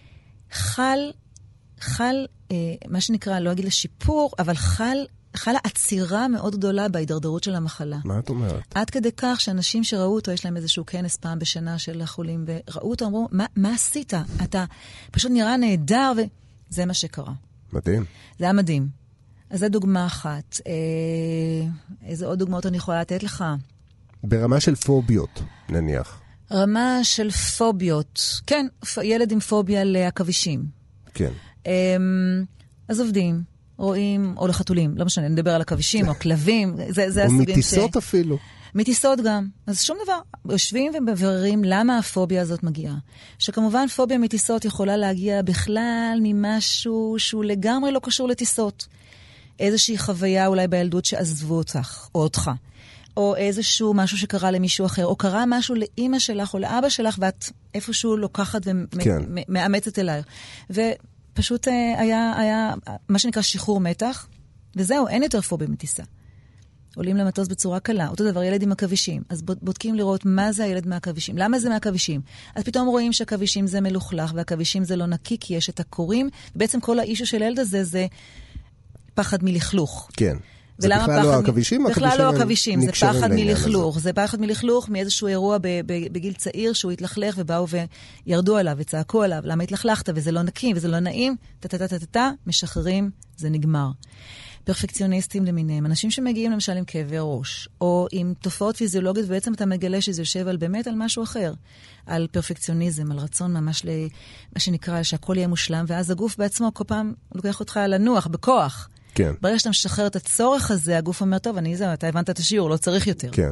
חל, מה שנקרא, לא אגיד לשיפור, אבל חלה עצירה מאוד גדולה בהידרדרות של המחלה. מה את אומרת? עד כדי כך שאנשים שראו אותו, יש להם איזשהו כנס פעם בשנה של החולים, וראו אותו, אמרו, מה עשית? אתה פשוט נראה נהדר, וזה מה שקרה. מדהים. זה היה מדהים. אז זו דוגמה אחת. איזה עוד דוגמאות אני יכולה לתת לך? ברמה של פוביות, נניח. רמה של פוביות. כן, ילד עם פוביה לעכבישים. כן. אז עובדים. רואים, או לחתולים, לא משנה, נדבר על הכבישים או כלבים, זה או מטיסות אפילו. מטיסות גם. אז שום דבר, יושבים ומבררים למה הפוביה הזאת מגיעה. שכמובן פוביה מטיסות יכולה להגיע בכלל ממשהו שהוא לגמרי לא קשור לטיסות. איזושהי חוויה אולי בילדות שעזבו אותך, או אותך. או איזשהו משהו שקרה למישהו אחר, או קרה משהו לאמא שלך או לאבא שלך, ואת איפשהו לוקחת ומאמצת אלייך. פשוט היה מה שנקרא שחרור מתח, וזהו, אין יותר פוביה מטיסה. עולים למטוס בצורה קלה. אותו דבר, ילד עם הכבישים. אז בודקים לראות מה זה הילד מהכבישים. למה זה מהכבישים? אז פתאום רואים שהכבישים זה מלוכלך, והכבישים זה לא נקי, כי יש את הקורים, ובעצם כל האישו של הילד הזה זה פחד מלכלוך. כן. זה בכלל לא הכבישים? בכלל לא הכבישים, זה פחד מלכלוך. זה פחד מלכלוך מאיזשהו אירוע בגיל צעיר שהוא התלכלך ובאו וירדו עליו וצעקו עליו. למה התלכלכת וזה לא נקי וזה לא נעים? משחררים, זה נגמר. פרפקציוניסטים למיניהם, אנשים שמגיעים למשל עם כאבי ראש, או עם תופעות פיזיולוגיות, ובעצם אתה מגלה שזה יושב באמת על משהו אחר. על פרפקציוניזם, על רצון ממש למה שנקרא, שהכל יהיה מושלם, ואז הגוף בעצמו כל פעם לוקח אותך לנוח, בכוח. כן. ברגע שאתה משחרר את הצורך הזה, הגוף אומר, טוב, אתה הבנת את השיעור, לא צריך יותר. כן.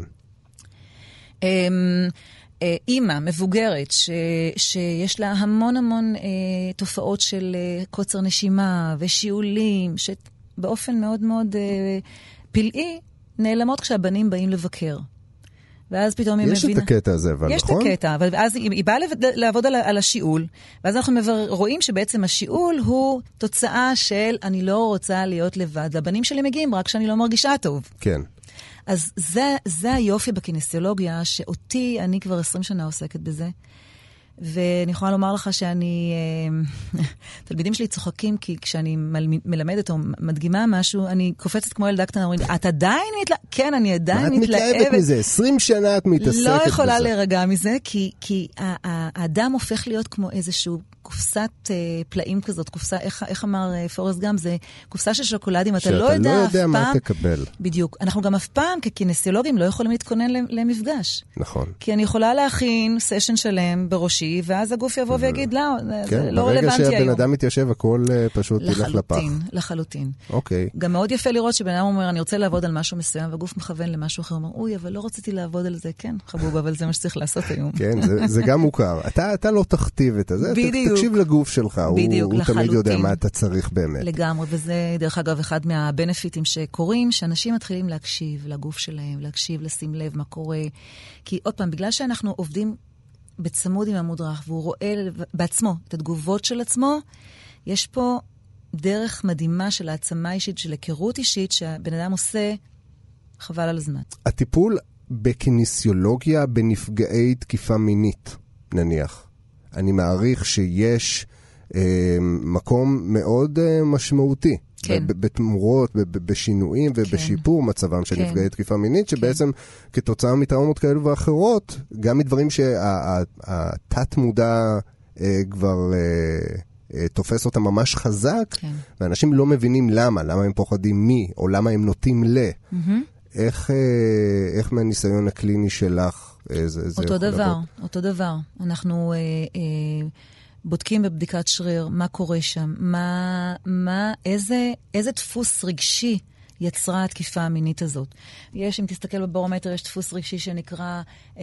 אימא מבוגרת שיש לה המון תופעות של קוצר נשימה ושיעולים, שבאופן מאוד מאוד פלאי נעלמות כשהבנים באים לבקר. ואז פתאום היא מבינה... יש את הקטע הזה, אבל יש נכון? יש את הקטע, אבל אז היא באה לעבוד על השיעול, ואז אנחנו רואים שבעצם השיעול הוא תוצאה של אני לא רוצה להיות לבד, והבנים שלי מגיעים רק שאני לא מרגישה טוב. כן. אז זה היופי בקינסיולוגיה, שאותי, אני כבר 20 שנה עוסקת בזה, ואני יכולה לומר לך שאני, תלמידים שלי צוחקים, כי כשאני מלמדת או מדגימה משהו, אני קופצת כמו ילדה קטנה, אומרים, את עדיין כן, אני עדיין מתלהבת. את מתלהבת מזה, 20 שנה את מתעסקת בזה. לא יכולה להירגע מזה, כי האדם הופך להיות כמו איזשהו קופסת פלאים כזאת, קופסה, איך אמר פורסט גאמפ, זה קופסה של שוקולדים, אתה לא יודע אף פעם. מה תקבל. בדיוק. אנחנו גם אף פעם, כקינסיולוגים, לא יכולים להתכונן למפגש. נכון. כי אני יכולה להכין סשן שלם בראשי, ואז הגוף יבוא ויגיד, לא, זה לא רלוונטי היום. ברגע שהבן אדם מתיישב, הכל פשוט ילך לפח. לחלוטין. אוקיי. גם מאוד יפה לראות שבן אדם אומר, אני רוצה לעבוד על משהו מסוים, והגוף מכוון למשהו אחר, אומר, אוי, אבל לא רציתי לעבוד על זה. כן, חבוב, אבל זה מה שצריך לעשות היום. כן, זה גם מוכר. אתה לא תכתיב את זה. תקשיב לגוף שלך. הוא תמיד יודע מה אתה צריך באמת. לגמרי, וזה דרך אגב אחד מהבנפיטים שקורים, שאנשים מתחילים להקשיב לגוף שלהם, להקשיב, לשים לב מה קורה. כי עוד פעם, בגלל שאנחנו עובדים בצמוד עם המודרך, והוא רואה בעצמו את התגובות של עצמו, יש פה דרך מדהימה של העצמה אישית, של היכרות אישית, שהבן אדם עושה חבל על הזמן. הטיפול בכניסיולוגיה בנפגעי תקיפה מינית, נניח. אני מעריך שיש מקום מאוד משמעותי. כן. בתמורות, בשינויים ובשיפור מצבם של נפגעי תקיפה מינית, שבעצם כתוצאה מטראומות כאלו ואחרות, גם מדברים שהתת מודע כבר תופס אותם ממש חזק, ואנשים לא מבינים למה הם פוחדים מי, או למה הם נוטים איך מהניסיון הקליני שלך זה אותו דבר. אנחנו בודקים בבדיקת שריר, מה קורה שם, איזה דפוס רגשי יצרה התקיפה המינית הזאת. אם תסתכל בברומטר, יש דפוס רגשי שנקרא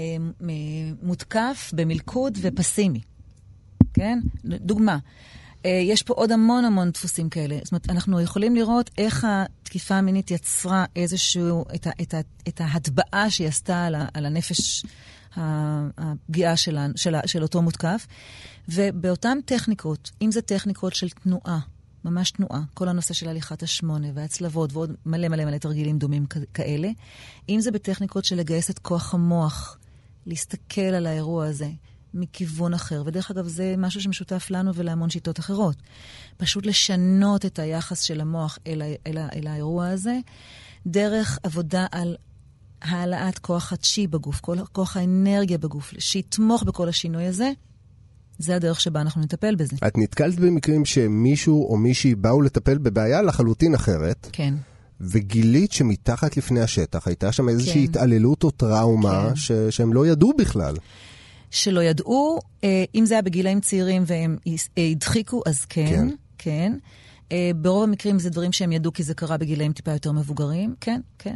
מותקף במלכוד ופסימי. כן? דוגמה. יש פה עוד המון דפוסים כאלה. זאת אומרת, אנחנו יכולים לראות איך התקיפה המינית יצרה איזשהו, את ההטבעה שהיא עשתה על הנפש הפגיעה של אותו מותקף. ובאותן טכניקות, אם זה טכניקות של תנועה, ממש תנועה, כל הנושא של הליכת השמונה והצלבות ועוד מלא תרגילים דומים כאלה, אם זה בטכניקות של לגייס את כוח המוח, להסתכל על האירוע הזה מכיוון אחר, ודרך אגב זה משהו שמשותף לנו ולהמון שיטות אחרות. פשוט לשנות את היחס של המוח אל האירוע הזה, דרך עבודה על העלאת כוח הצ'י בגוף, כוח האנרגיה בגוף, שיתמוך בכל השינוי הזה, זה הדרך שבה אנחנו נטפל בזה. את נתקלת במקרים שמישהו או מישהי באו לטפל בבעיה לחלוטין אחרת, כן. וגילית שמתחת לפני השטח הייתה שם איזושהי התעללות או טראומה שהם לא ידעו בכלל. שלא ידעו, אם זה היה בגילאים צעירים והם הדחיקו, אז כן. ברוב המקרים זה דברים שהם ידעו כי זה קרה בגילאים טיפה יותר מבוגרים. כן.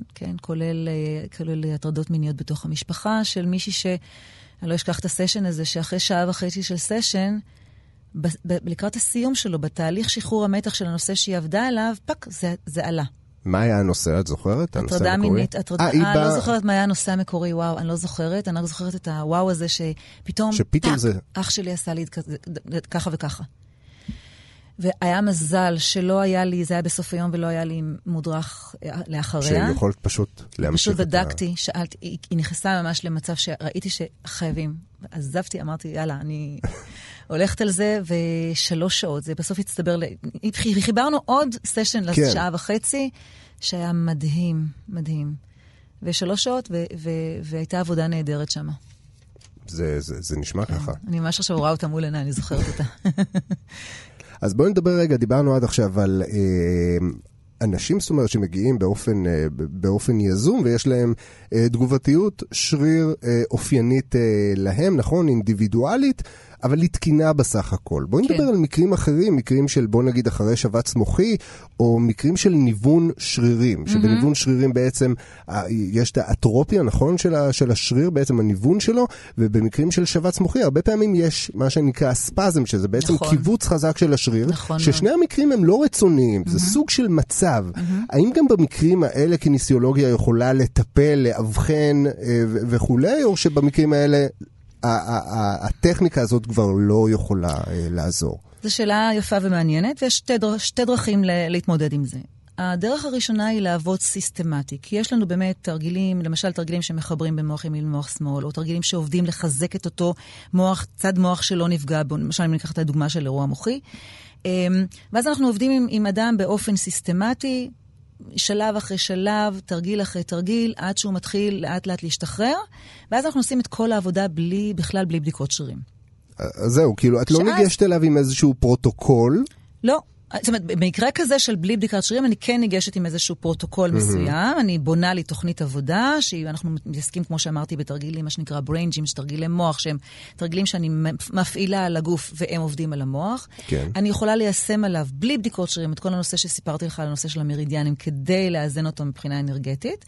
כולל הטרדות מיניות בתוך המשפחה של מישהי אני לא אשכח את הסשן הזה, שאחרי שעה וחצי של סשן, לקראת הסיום שלו, בתהליך שחרור המתח של הנושא שהיא עבדה עליו, זה עלה. מה היה הנושא? את זוכרת? הטרדה מינית, אני לא זוכרת מה היה הנושא המקורי, וואו, אני לא זוכרת. אני רק זוכרת את הוואו הזה שפתאום אח שלי עשה לי ככה וככה. והיה מזל שלא היה לי, זה היה בסוף היום ולא היה לי מודרך לאחריה. שיכולת פשוט להמשיך. פשוט בדקתי, שאלתי, היא נכנסה ממש למצב שראיתי שחייבים. עזבתי, אמרתי, יאללה, אני הולכת על זה, ו3 שעות, זה בסוף הצטבר, חיברנו עוד סשן לשעה וחצי, שהיה מדהים. ו3 שעות, והייתה עבודה נהדרת שם. זה נשמע ככה. אני ממש עכשיו רואה אותה מול עיניי, אני זוכרת אותה. אז בואו נדבר רגע, דיברנו עד עכשיו על אנשים, זאת אומרת, שמגיעים באופן יזום, ויש להם תגובתיות שריר אופיינית להם, נכון, אינדיבידואלית, אבל היא תקינה בסך הכל. בואו נדבר על מקרים אחרים, מקרים של, בואו נגיד, אחרי שבץ מוחי, או מקרים של ניוון שרירים, שבניוון שרירים בעצם יש את האטרופיה, נכון, של השריר, בעצם הניוון שלו, ובמקרים של שבץ מוחי, הרבה פעמים יש מה שנקרא ספזם, שזה בעצם קיבוץ חזק של השריר, ששני המקרים הם לא רצוניים, זה סוג של מצב. האם גם במקרים האלה כניסיולוגיה יכולה לטפל, לאבחן וכולי, או שבמקרים האלה הטכניקה הזאת כבר לא יכולה לעזור? זו שאלה יפה ומעניינת, ויש שתי דרכים להתמודד עם זה. הדרך הראשונה היא לעבוד סיסטמטי, כי יש לנו באמת תרגילים, למשל תרגילים שמחברים בין מוח ימין למוח שמאל, או תרגילים שעובדים לחזק את אותו מוח, צד מוח שלא נפגע בו, למשל אם ניקח את הדוגמה של אירוע מוחי. ואז אנחנו עובדים עם אדם באופן סיסטמטי, שלב אחרי שלב, תרגיל אחרי תרגיל, עד שהוא מתחיל לאט לאט להשתחרר, ואז אנחנו עושים את כל העבודה בכלל בלי בדיקות שרירים. זהו, כאילו, את לא ניגשת אליו עם איזשהו פרוטוקול? לא. זאת אומרת, במקרה כזה של בלי בדיקת שרירים, אני כן ניגשת עם איזשהו פרוטוקול מסוים, אני בונה לי תוכנית עבודה, שאנחנו מתעסקים, כמו שאמרתי, בתרגילים, מה שנקרא בריינג'ים, שתרגילי מוח, שהם תרגילים שאני מפעילה על הגוף, והם עובדים על המוח. כן. אני יכולה ליישם עליו, בלי בדיקות שרירים, את כל הנושא שסיפרתי לך על הנושא של המרידיאנים, כדי לאזן אותו מבחינה אנרגטית.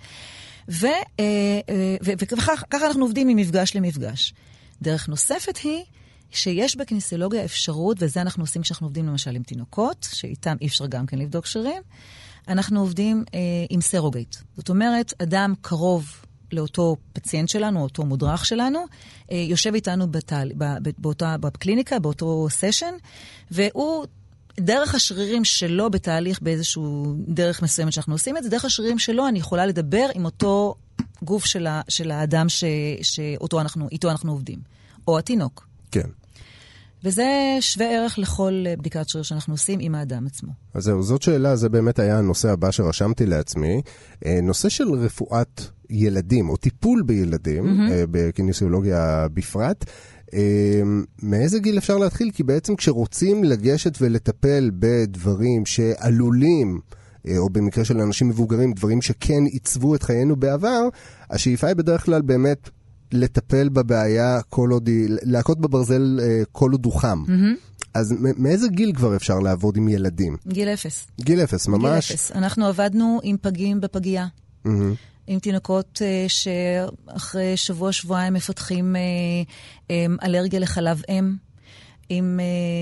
וככה אנחנו עובדים ממפגש למפגש. דרך נוספת היא, שיש בכניסיולוגיה אפשרות, וזה אנחנו עושים כשאנחנו עובדים למשל עם תינוקות, שאיתם אי אפשר גם כן לבדוק שרירים, אנחנו עובדים עם סרוגייט. זאת אומרת, אדם קרוב לאותו פציינט שלנו, אותו מודרך שלנו, יושב איתנו בקליניקה, באותו סשן, והוא דרך השרירים שלו בתהליך באיזשהו דרך מסוימת שאנחנו עושים את זה, דרך השרירים שלו אני יכולה לדבר עם אותו גוף של האדם איתו אנחנו עובדים. או התינוק. כן. וזה שווה ערך לכל בדיקת שריר שאנחנו עושים עם האדם עצמו. אז זהו, זאת שאלה, זה באמת היה הנושא הבא שרשמתי לעצמי. נושא של רפואת ילדים, או טיפול בילדים, בקיניסיולוגיה בפרט, מאיזה גיל אפשר להתחיל? כי בעצם כשרוצים לגשת ולטפל בדברים שעלולים, או במקרה של אנשים מבוגרים, דברים שכן עיצבו את חיינו בעבר, השאיפה היא בדרך כלל באמת לטפל בבעיה כל עוד, להכות בברזל כל עוד הוא חם. אז מאיזה גיל כבר אפשר לעבוד עם ילדים? גיל 0. גיל 0, ממש. גיל 0. אנחנו עבדנו עם פגים בפגייה. עם תינוקות שאחרי שבוע-שבועיים מפתחים אלרגיה לחלב אם, עם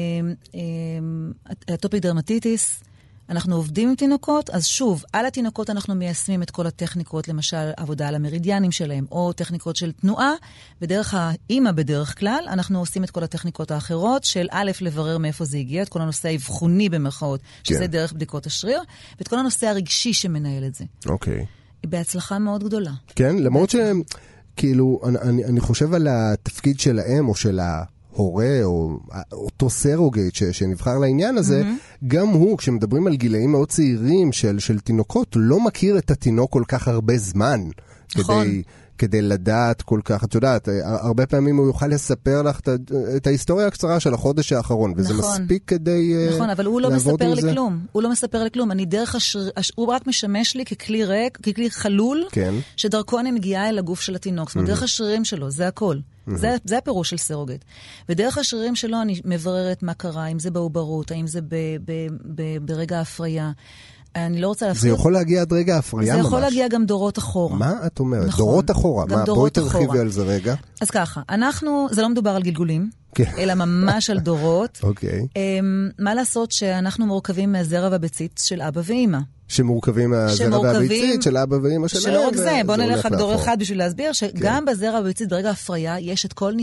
אטופיק דרמטיטיס. אנחנו עובדים עם תינוקות, אז שוב, על התינוקות אנחנו מיישמים את כל הטכניקות, למשל עבודה על המרידיאנים שלהם, או טכניקות של תנועה, ודרך האמא בדרך כלל, אנחנו עושים את כל הטכניקות האחרות, של א', לברר מאיפה זה הגיע, את כל הנושא האבחוני במרכאות, שזה דרך בדיקות השריר, ואת כל הנושא הרגשי שמנהל את זה. אוקיי. בהצלחה מאוד גדולה. כן, למרות שכאילו, אני חושב על התפקיד של האם, או של הורה, או אותו סרוגייט שנבחר לעניין הזה, גם הוא, כשמדברים על גילאים מאוד צעירים של תינוקות, לא מכיר את התינוק כל כך הרבה זמן. נכון. כדי לדעת כל כך, את יודעת, הרבה פעמים הוא יוכל לספר לך את ההיסטוריה הקצרה של החודש האחרון, וזה מספיק כדי לעבוד עם זה. נכון, אבל הוא לא מספר לי כלום. הוא לא מספר לי כלום. אני דרך הוא רק משמש לי ככלי ריק, ככלי חלול, שדרכו אני מגיעה אל הגוף של התינוק. זאת אומרת, דרך השרירים שלו, זה הכל. זה הפירוש של סרוגט. ודרך השרירים שלו אני מבררת מה קרה, אם זה בעוברות, האם זה ברגע ההפריה. אני לא רוצה זה יכול להגיע עד רגע ההפריה ממש. זה יכול להגיע גם דורות אחורה. מה את אומרת? נכון. דורות אחורה. מה? בואי תרחיבי על זה רגע. אז ככה, זה לא מדובר על גלגולים, אלא ממש על דורות. אוקיי. מה לעשות שאנחנו מורכבים מהזרע והביצית של אבא ואמא. שמורכבים מהזרע והביצית של אבא ואמא שלהם. שלא רק זה, בוא נלך דור אחד בשביל להסביר, שגם בזרע והביצית ברגע ההפריה, יש את כל,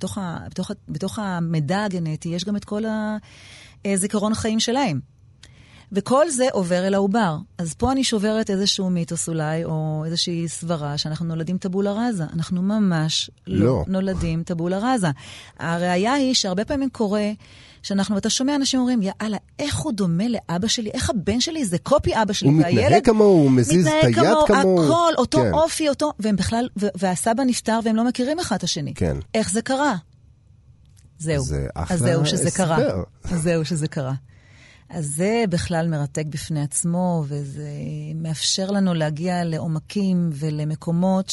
בתוך המידע הגנטי, יש גם את כל הזיכרון החיים שלהם. וכל זה עובר אל העובר. אז פה אני שוברת איזשהו מיתוס אולי, או איזושהי סברה, שאנחנו נולדים טבולה רזה. אנחנו ממש לא נולדים טבולה רזה. הראיה היא שהרבה פעמים קורה, ואתה שומע אנשים אומרים, יאללה, איך הוא דומה לאבא שלי? איך הבן שלי? זה קופי אבא שלי. הוא מתנהג כמוהו, הוא מזיז את היד כמוהו. הכל, אותו אופי, אותו, והם בכלל, והסבא נפטר, והם לא מכירים אחד את השני. כן. איך זה קרה? זהו. זה אחלה אז זהו שזה קרה. הסבר. אז זהו שזה קרה. אז זה בכלל מרתק בפני עצמו, וזה מאפשר לנו להגיע לעומקים ולמקומות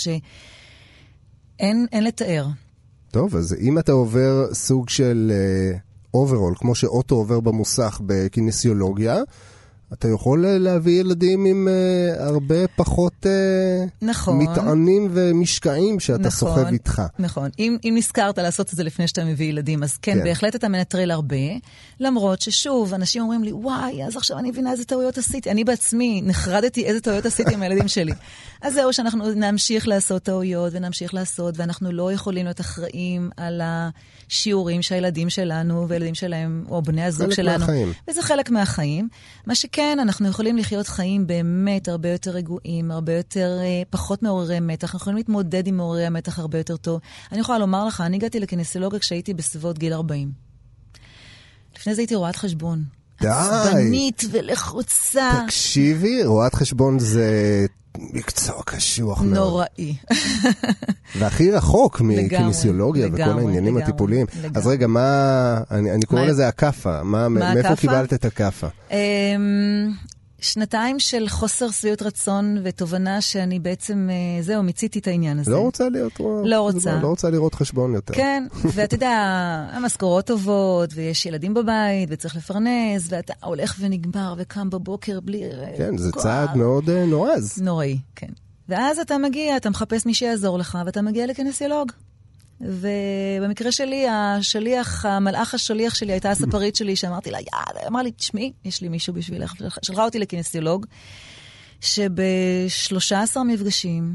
שאין לתאר. טוב, אז אם אתה עובר סוג של אוברול, כמו שאוטו עובר במוסך בקיניסיולוגיה, אתה יכול להביא ילדים עם הרבה פחות מטענים ומשקעים שאתה סוחב איתך. נכון. אם נזכרת לעשות את זה לפני שאתה מביא ילדים, אז כן, בהחלט אתה מנטרל הרבה, למרות ששוב, אנשים אומרים לי, וואי, אז עכשיו אני מבינה איזה טעויות עשיתי. אני בעצמי נחרדתי איזה טעויות עשיתי עם הילדים שלי. אז זהו שאנחנו נמשיך לעשות טעויות ונמשיך לעשות, ואנחנו לא יכולים להיות אחראים על השיעורים שהילדים שלנו והילדים שלהם, או בני הזוג שלנו. וזה חלק מהחיים. מה שכן, אנחנו יכולים לחיות חיים באמת הרבה יותר רגועים, הרבה יותר פחות מעוררי מתח. אנחנו יכולים להתמודד עם מעוררי המתח הרבה יותר טוב. אני יכולה לומר לך, אני הגעתי לקיניסיולוגיה כשהייתי בסביבות גיל 40. לפני זה הייתי רואת חשבון. עצבנית ולחוצה. תקשיבי, רואת חשבון זה מקצוע קשוח מאוד. נוראי. והכי רחוק מקיניסיולוגיה וכל העניינים הטיפוליים. אז רגע, אני קורא לזה הקפה. מאיפה קיבלת את הקפה? שנתיים של חוסר שביעות רצון ותובנה שאני בעצם, מיציתי את העניין הזה. לא רוצה להיות לא רוצה לראות חשבון יותר. כן, ואתה יודע, המשכורות טובות, ויש ילדים בבית, וצריך לפרנס, ואתה הולך ונגמר, וקם בבוקר בלי... כן, זה צעד מאוד נורז. נוראי, כן. ואז אתה מגיע, אתה מחפש מי שיעזור לך, ואתה מגיע לקיניסיולוג. ובמקרה שלי, המלאך השליח שלי הייתה הספרית שלי, שאמרתי לה, אמר לי, תשמעי, יש לי מישהו בשבילך, שלחה אותי לקיניסיולוג, שב-13 מפגשים,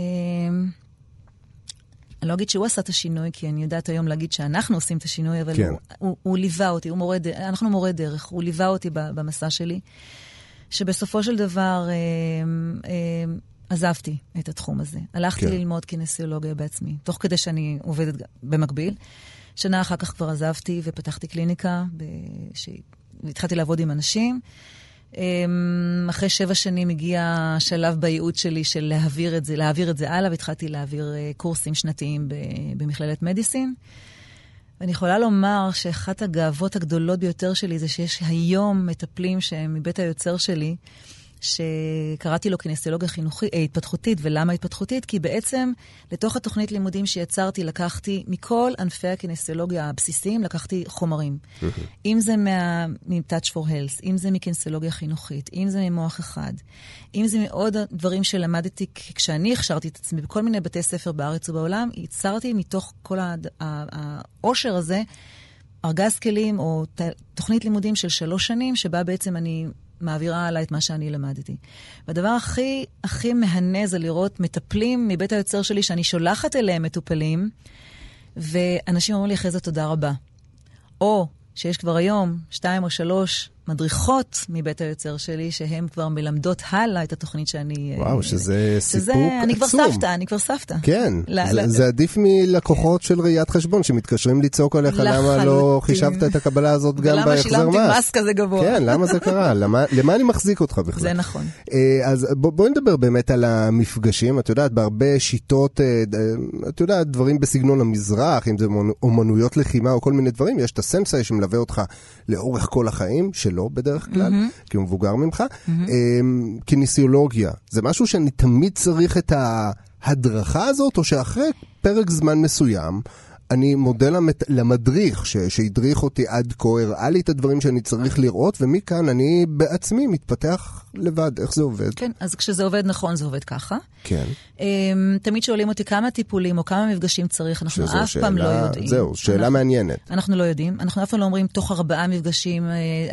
אני לא אגיד שהוא עשה את השינוי, כי אני יודעת היום להגיד שאנחנו עושים את השינוי, אבל כן. הוא ליווה אותי, אנחנו מורה דרך, הוא ליווה אותי במסע שלי, שבסופו של דבר עזבתי את התחום הזה. הלכתי ללמוד קינסולוגיה בעצמי, תוך כדי שאני עובדת במקביל. שנה אחר כך כבר עזבתי ופתחתי קליניקה, והתחלתי לעבוד עם אנשים. אחרי 7 שנים הגיע שלב בייעוד שלי של להעביר את זה הלאה, והתחלתי להעביר קורסים שנתיים במכללת מדיסין. ואני יכולה לומר שאחת הגאוות הגדולות ביותר שלי זה שיש היום מטפלים שהם מבית היוצר שלי, שקראתי לו קינסולוגיה התפתחותית. ולמה התפתחותית? כי בעצם לתוך התוכנית לימודים שיצרתי, לקחתי מכל ענפי הקינסולוגיה הבסיסיים, לקחתי חומרים. אם זה מ-Touch for Health, אם זה מקינסולוגיה חינוכית, אם זה ממוח אחד, אם זה מעוד דברים שלמדתי כשאני הכשרתי את עצמי בכל מיני בתי ספר בארץ ובעולם, יצרתי מתוך כל העושר הזה, ארגז כלים או תוכנית לימודים של 3 שנים, שבה בעצם אני מעבירה עליי את מה שאני למדתי. והדבר הכי מהנה זה לראות מטפלים מבית היוצר שלי, שאני שולחת אליהם מטופלים, ואנשים אומרים לי אחרי זה תודה רבה. או שיש כבר היום 2 או 3 מדריכות מבית היוצר שלי, שהן כבר מלמדות הלאה את התוכנית שאני... וואו, שזה סיפוק עצום. אני כבר סבתא. כן, זה עדיף מלקוחות של ראיית חשבון, שמתקשרים לצעוק עליך למה לא חישבת את הקבלה הזאת גם בהחזר מס. ולמה שילמתי מס כזה גבוה. כן, למה זה קרה? למה אני מחזיק אותך בכלל? זה נכון. אז בואי נדבר באמת על המפגשים. את יודעת, בהרבה שיטות, את יודעת, דברים בסגנון המזרח, אם זה אומנויות לחימה או כל מיני דברים, יש את הסנסאי שמלווה אותך לאורך כל החיים, שלא בדרך כלל, כי הוא מבוגר ממך. קיניסיולוגיה, זה משהו שאני תמיד צריך את ההדרכה הזאת, או שאחרי פרק זמן מסוים, אני מודה למדריך שהדריך אותי עד כה, הראה לי את הדברים שאני צריך לראות, ומכאן אני בעצמי מתפתח לבד. איך זה עובד? כן, אז כשזה עובד נכון, זה עובד ככה. כן. תמיד שואלים אותי כמה טיפולים או כמה מפגשים צריך, אנחנו אף פעם לא יודעים. זהו, שאלה מעניינת. אנחנו לא יודעים, אנחנו אף פעם לא אומרים תוך 4 מפגשים,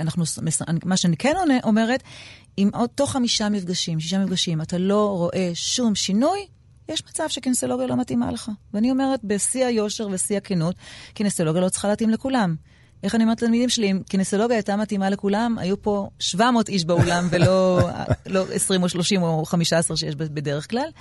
מה שאני כן אומרת, אם תוך 5 מפגשים, 6 מפגשים, אתה לא רואה שום שינוי, יש מצב שקינסולוגיה לא מתאימה לך. ואני אומרת, בשיא היושר ושיא הכנות, קינסולוגיה לא צריכה להתאים לכולם. איך אני אומרת לתלמידים שלי, אם קינסולוגיה הייתה מתאימה לכולם, היו פה 700 איש באולם, ולא 20 או 30 או 15 שיש בדרך כלל.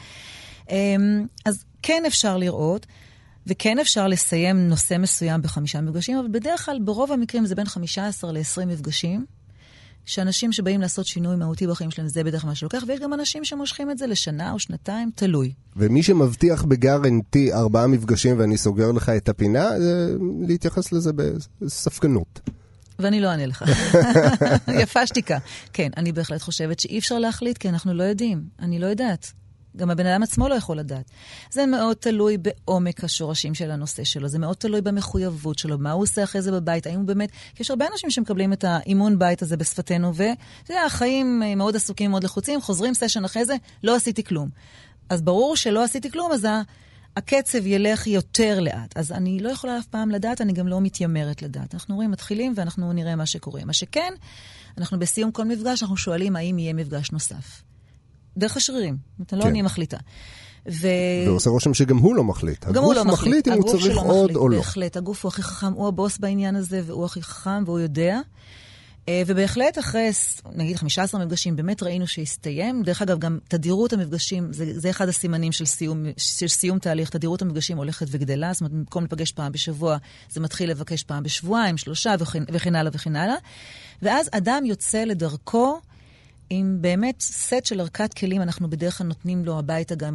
אז כן אפשר לראות, וכן אפשר לסיים נושא מסוים ב5 מפגשים, אבל בדרך כלל, ברוב המקרים זה בין 15 ל-20 מפגשים, שאנשים שבאים לעשות שינוי מהותי בחיים שלהם, זה בדרך כלל מה שלוקח, ויש גם אנשים שמושכים את זה לשנה או שנתיים, תלוי. ומי שמבטיח בגרנטי 4 מפגשים ואני סוגר לך את הפינה, להתייחס לזה בספקנות. ואני לא אענה לך. יפה שתיקה. כן, אני בהחלט חושבת שאי אפשר להחליט, כי אנחנו לא יודעים. אני לא יודעת. גם הבן אדם עצמו לא יכול לדעת. זה מאוד תלוי בעומק השורשים של הנושא שלו, זה מאוד תלוי במחויבות שלו, מה הוא עושה אחרי זה בבית, האם הוא באמת, כי יש הרבה אנשים שמקבלים את האימון בית הזה בשפתנו, והחיים מאוד עסוקים, מאוד לחוצים, חוזרים סשן אחרי זה, לא עשיתי כלום. אז ברור שלא עשיתי כלום, אז הקצב ילך יותר לאט. אז אני לא יכולה אף פעם לדעת, אני גם לא מתיימרת לדעת. אנחנו רואים, מתחילים ואנחנו נראה מה שקורה. מה שכן, אנחנו בסיום כל מפגש, אנחנו שואלים האם יהיה מפגש נוסף. דרך השרירים. אתה לא אני מחליטה. ועושה רושם שגם הוא לא מחליט. הגוף מחליט אם הוא צריך עוד או לא. בהחלט, הגוף הוא הכי חכם, הוא הבוס בעניין הזה, והוא הכי חכם, והוא יודע. ובהחלט אחרי, נגיד 15 מפגשים, באמת ראינו שהסתיים. דרך אגב, גם תדירות המפגשים, זה אחד הסימנים של סיום תהליך. תדירות המפגשים הולכת וגדלה, זאת אומרת, במקום לפגש פעם בשבוע, זה מתחיל לבקש פעם בשבועיים, 3 וכן הלאה וכן הלאה. ואז אדם יוצא לדרכו, עם באמת סט של ערכת כלים, אנחנו בדרך כלל נותנים לו הביתה גם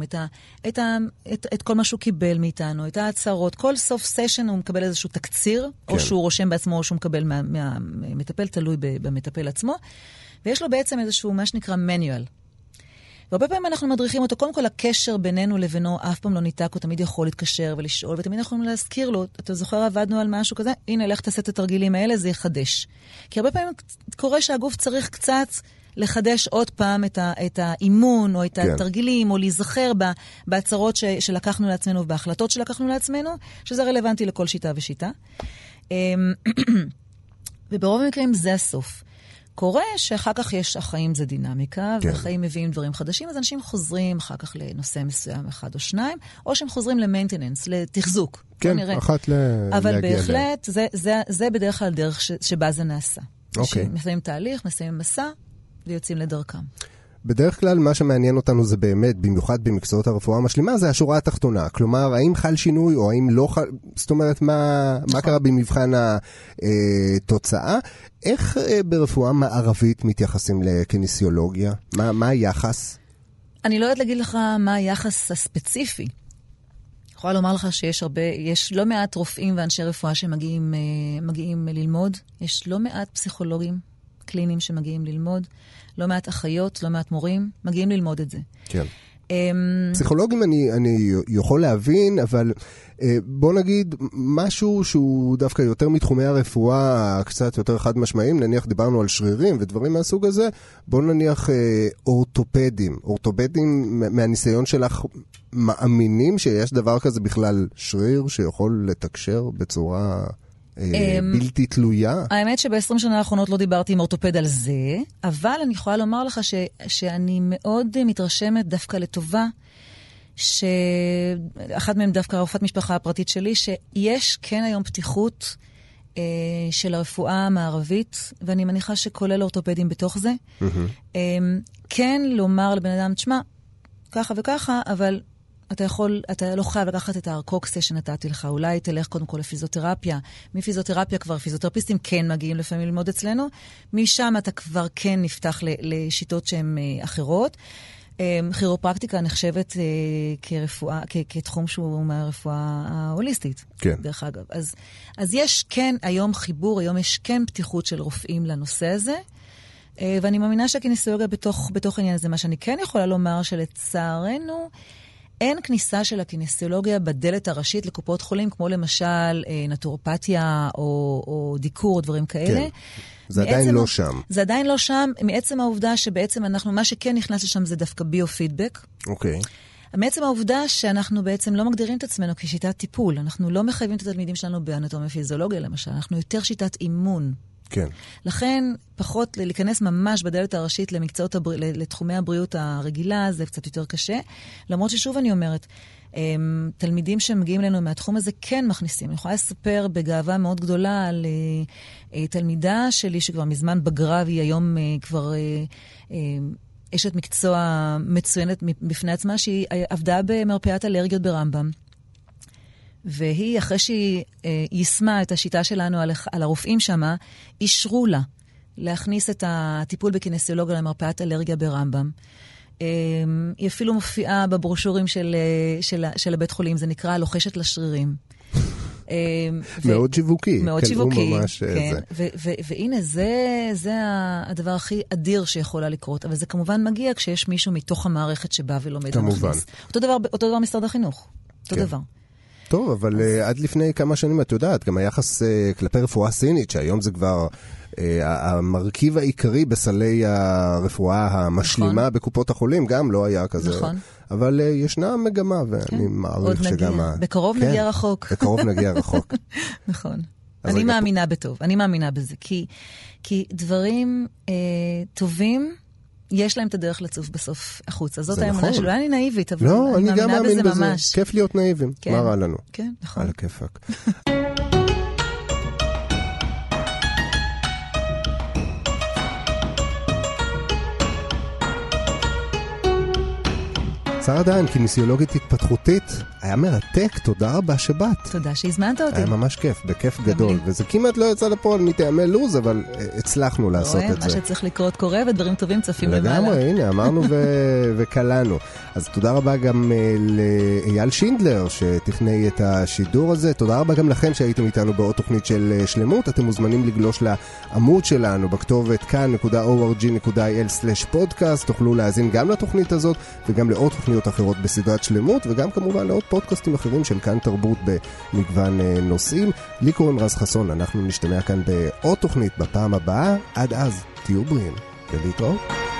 את כל מה שהוא קיבל מאיתנו, את ההצהרות. כל סוף סשן הוא מקבל איזשהו תקציר, כן. או שהוא רושם בעצמו, או שהוא מקבל מהמטפל, תלוי במטפל עצמו. ויש לו בעצם איזשהו, מה שנקרא manual. והרבה פעמים אנחנו מדריכים אותו, קודם כל הקשר בינינו לבינו אף פעם לא ניתק, הוא תמיד יכול להתקשר ולשאול, ותמיד אנחנו יכולים להזכיר לו, אתה זוכר, עבדנו על משהו כזה, הנה, לך תעשה את התרגילים האלה, זה יחדש. כי הרבה פעמים קורה שהגוף צריך קצת לחדש עוד פעם את האימון, או את התרגילים, או להיזכר בהצהרות שלקחנו לעצמנו, ובהחלטות שלקחנו לעצמנו, שזה רלוונטי לכל שיטה ושיטה. וברוב המקרים זה הסוף. קורה שאחר כך יש, החיים זה דינמיקה, כן. והחיים מביאים דברים חדשים, אז אנשים חוזרים אחר כך לנושא מסוים, אחד או שניים, או שהם חוזרים למיינטננס, לתחזוק. כן, אחת להגיע. אבל בהחלט, זה בדרך כלל דרך שבה זה נעשה. אוקיי. מסיימים תהליך, מסיימים מסע, ויוצאים לדרכם. בדרך כלל מה שמעניין אותנו זה באמת, במיוחד במקצועות הרפואה המשלימה, זה השורה התחתונה. כלומר, האם חל שינוי או האם לא חל, זאת אומרת, מה קרה במבחן התוצאה? איך ברפואה מערבית מתייחסים לכנסיולוגיה? מה היחס? אני לא יודעת להגיד לך מה היחס הספציפי. יכולה לומר לך יש לא מעט רופאים ואנשי רפואה שמגיעים ללמוד. יש לא מעט פסיכולוגים קליניים שמגיעים ללמוד. לא מעט אחיות, לא מעט מורים, מגיעים ללמוד את זה. כן. פסיכולוגים אני יכול להבין, אבל בוא נגיד משהו שהוא דווקא יותר מתחומי הרפואה, קצת יותר חד משמעיים, נניח דיברנו על שרירים ודברים מהסוג הזה, בוא נניח אורתופדים. אורתופדים מהניסיון שלך מאמינים שיש דבר כזה בכלל שריר שיכול לתקשר בצורה בלתי תלויה? האמת שב-20 שנה האחרונות לא דיברתי עם אורתופד על זה, אבל אני יכולה לומר לך שאני מאוד מתרשמת דווקא לטובה, שאחת מהם דווקא רופאת משפחה הפרטית שלי, שיש כן היום פתיחות של הרפואה המערבית, ואני מניחה שכולל אורתופדים בתוך זה. כן לומר לבן אדם, תשמע, ככה וככה, אבל אתה לא חייב לקחת את הארקוקסיה שנתתי לך, אולי תלך קודם כל לפיזיותרפיה. מפיזיותרפיה כבר פיזיותרפיסטים כן מגיעים לפעמים ללמוד אצלנו, משם אתה כבר כן נפתח לשיטות שהן אחרות. כירופרקטיקה נחשבת כרפואה, כתחום שהוא מהרפואה ההוליסטית, כן. דרך אגב. אז יש כן היום חיבור, היום יש כן פתיחות של רופאים לנושא הזה, ואני מאמינה שהכנסיולוגיה בתוך העניין הזה. מה שאני כן יכולה לומר שלצערנו, אין כניסה של הכנסיולוגיה בדלת הראשית לקופות חולים, כמו למשל נטורופתיה או דיקור או דברים כאלה. כן. זה עדיין לא שם. זה עדיין לא שם, מעצם העובדה שבעצם מה שכן נכנס לשם זה דווקא ביו-פידבק. אוקיי. מעצם העובדה שאנחנו בעצם לא מגדירים את עצמנו כשיטת טיפול. אנחנו לא מחייבים את התלמידים שלנו באנטומיה פיזיולוגיה, למשל. אנחנו יותר שיטת אימון. כן. לכן, פחות להיכנס ממש בדלת הראשית לתחומי הבריאות הרגילה, זה קצת יותר קשה. למרות ששוב אני אומרת, תלמידים שמגיעים אלינו מהתחום הזה כן מכניסים. אני יכולה לספר בגאווה מאוד גדולה על תלמידה שלי שכבר מזמן בגרה, והיא היום כבר אשת מקצוע מצוינת בפני עצמה, שהיא עבדה במרפאת אלרגיות ברמב"ם. והיא, אחרי שהיא יישמה את השיטה שלנו על הרופאים שמה, אישרו לה להכניס את הטיפול בכנסיולוגיה למרפאת אלרגיה ברמב"ם. היא אפילו מופיעה בברושורים של הבית חולים, זה נקרא לוחשת לשרירים. מאוד שיווקי. מאוד שיווקי, כן. והנה, זה הדבר הכי אדיר שיכולה לקרות, אבל זה כמובן מגיע כשיש מישהו מתוך המערכת שבא ולומד ומכניס. אותו דבר משרד החינוך. אותו דבר. טוב, אבל עד לפני כמה שנים את יודעת, גם היחס כלפי רפואה סינית, שהיום זה כבר המרכיב העיקרי בסלי הרפואה המשלימה בקופות החולים, גם לא היה כזה. נכון. אבל ישנה מגמה, ואני מעריך שגם... בקרוב נגיע רחוק. בקרוב נגיע רחוק. נכון. אני מאמינה בטוב, אני מאמינה בזה, כי דברים טובים, יש להם את הדרך לצוף בסוף החוצה. זאת האמונה שלו. אני נאיבית, אבל אני מאמינה בזה ממש. כיף להיות נאיבים. מה רע לנו? כן, נכון. על הכיפק. שרה דיין, כנסיולוגית התפתחותית, היה מרתק, תודה רבה שבאת. תודה שהזמנת אותי. היה ממש כיף, בכיף גדול, וזה כמעט לא יצא לפועל מטעמי לוז, אבל הצלחנו לעשות את זה. מה שצריך לקרות קורה, ודברים טובים צפים למעלה. לגמרי, הנה, אמרנו וקלענו. אז תודה רבה גם לאייל שינדלר, שתכנן את השידור הזה. תודה רבה גם לכם שהייתם איתנו בעוד תוכנית של שלמות. אתם מוזמנים לגלוש לעמוד שלנו, בכתובת כאן.org.il/podcast. תוכלו להאזין גם לתוכנית הזאת, וגם לעוד תוכניות אחרות בסדרת שלמות, וגם כמובן לעוד פודקאסטים אחרים של כאן תרבות במגוון נושאים. לי קוראים רז חסון, אנחנו נשתמע כאן בעוד תוכנית בפעם הבאה. עד אז, תהיו בריאים ולהתראות.